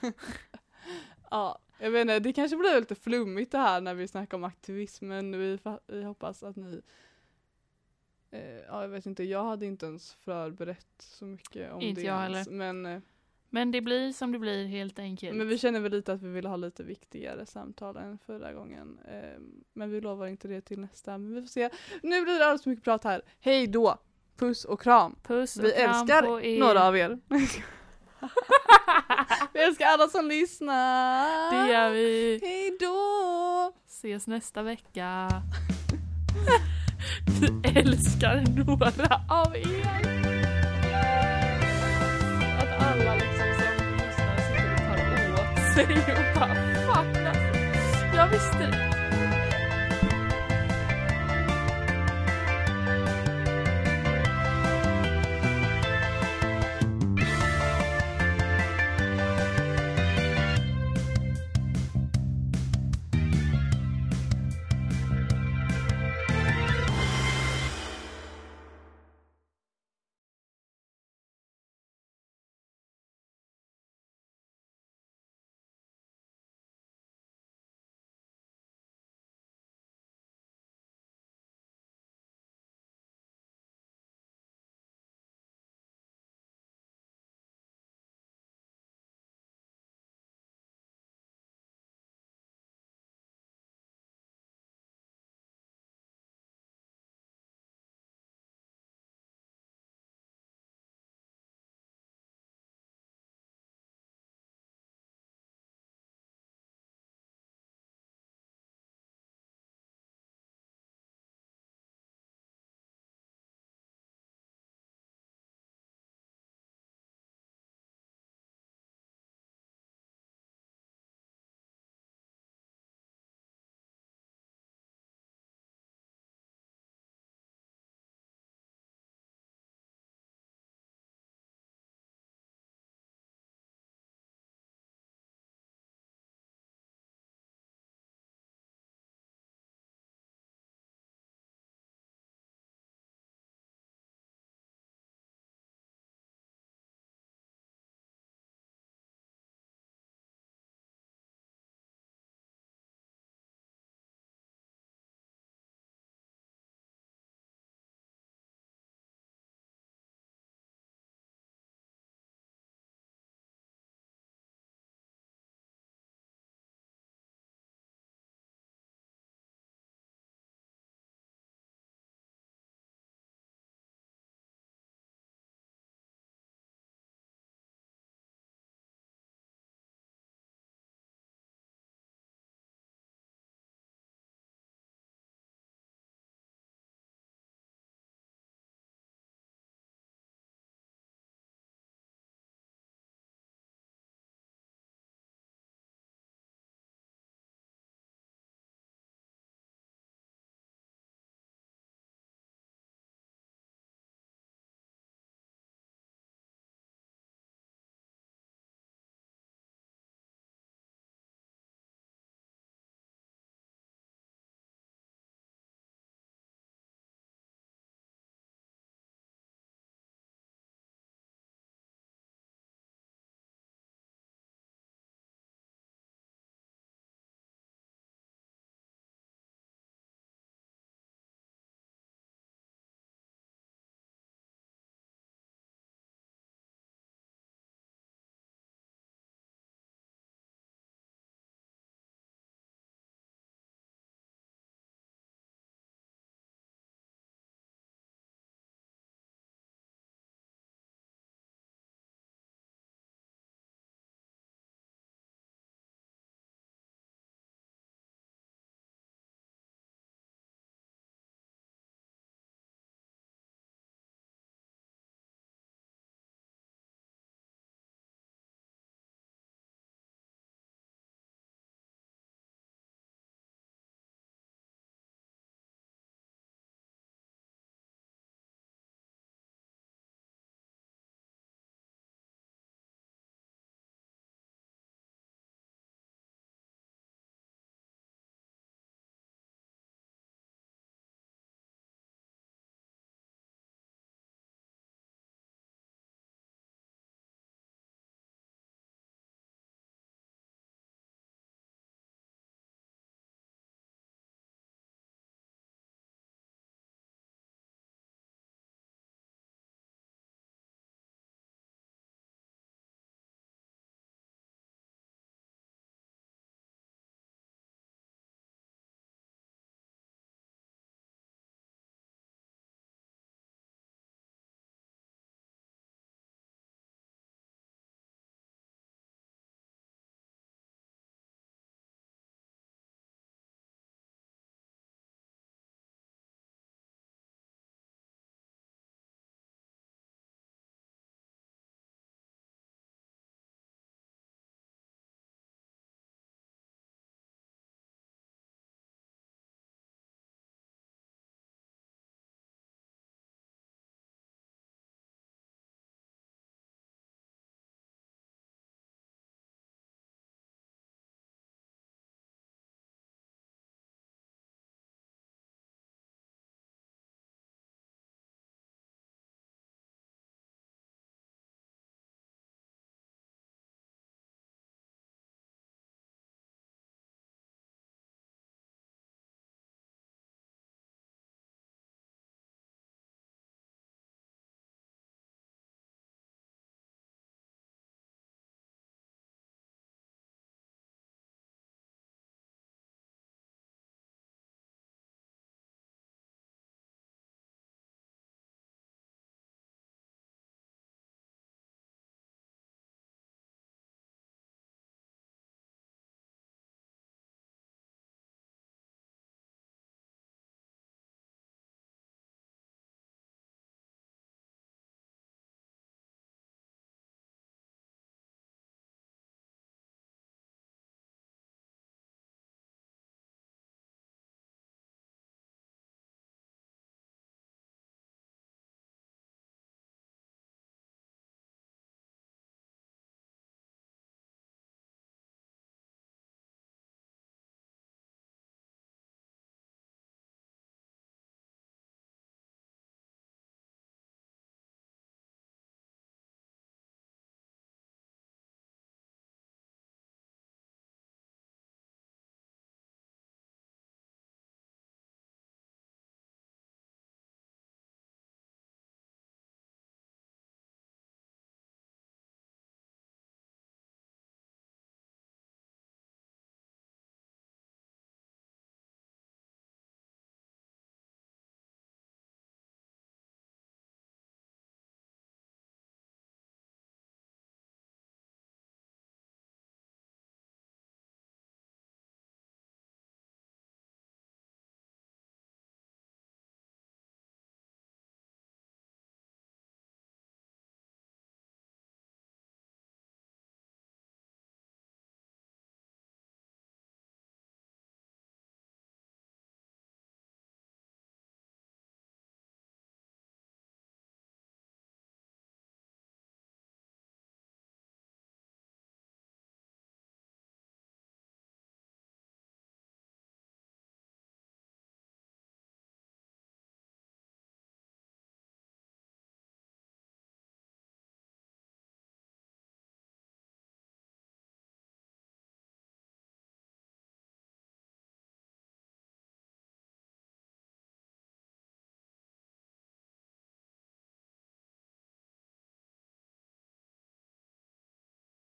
Speaker 3: Ja, jag vet inte, det kanske blir lite flummigt det här när vi snackar om aktivism, men vi hoppas att ni ja, jag vet inte, jag hade inte ens förberett så mycket om
Speaker 2: Inte
Speaker 3: det
Speaker 2: jag
Speaker 3: ens,
Speaker 2: heller. Men det blir som det blir helt enkelt.
Speaker 3: men vi känner väl lite att vi vill ha lite viktigare samtal än förra gången. Men vi lovar inte det till nästa, men vi får se. Nu blir det alldeles mycket prat här. Hej då! Puss och kram!
Speaker 2: Puss och
Speaker 3: Vi
Speaker 2: kram
Speaker 3: älskar
Speaker 2: på er.
Speaker 3: några av er. Vi älskar alla som lyssnar.
Speaker 2: Det gör vi.
Speaker 3: Hej då.
Speaker 2: Ses nästa vecka. Vi älskar några av er. Att alla liksom som lyssnar sitter och tar åt sig och bara fan. Jag visste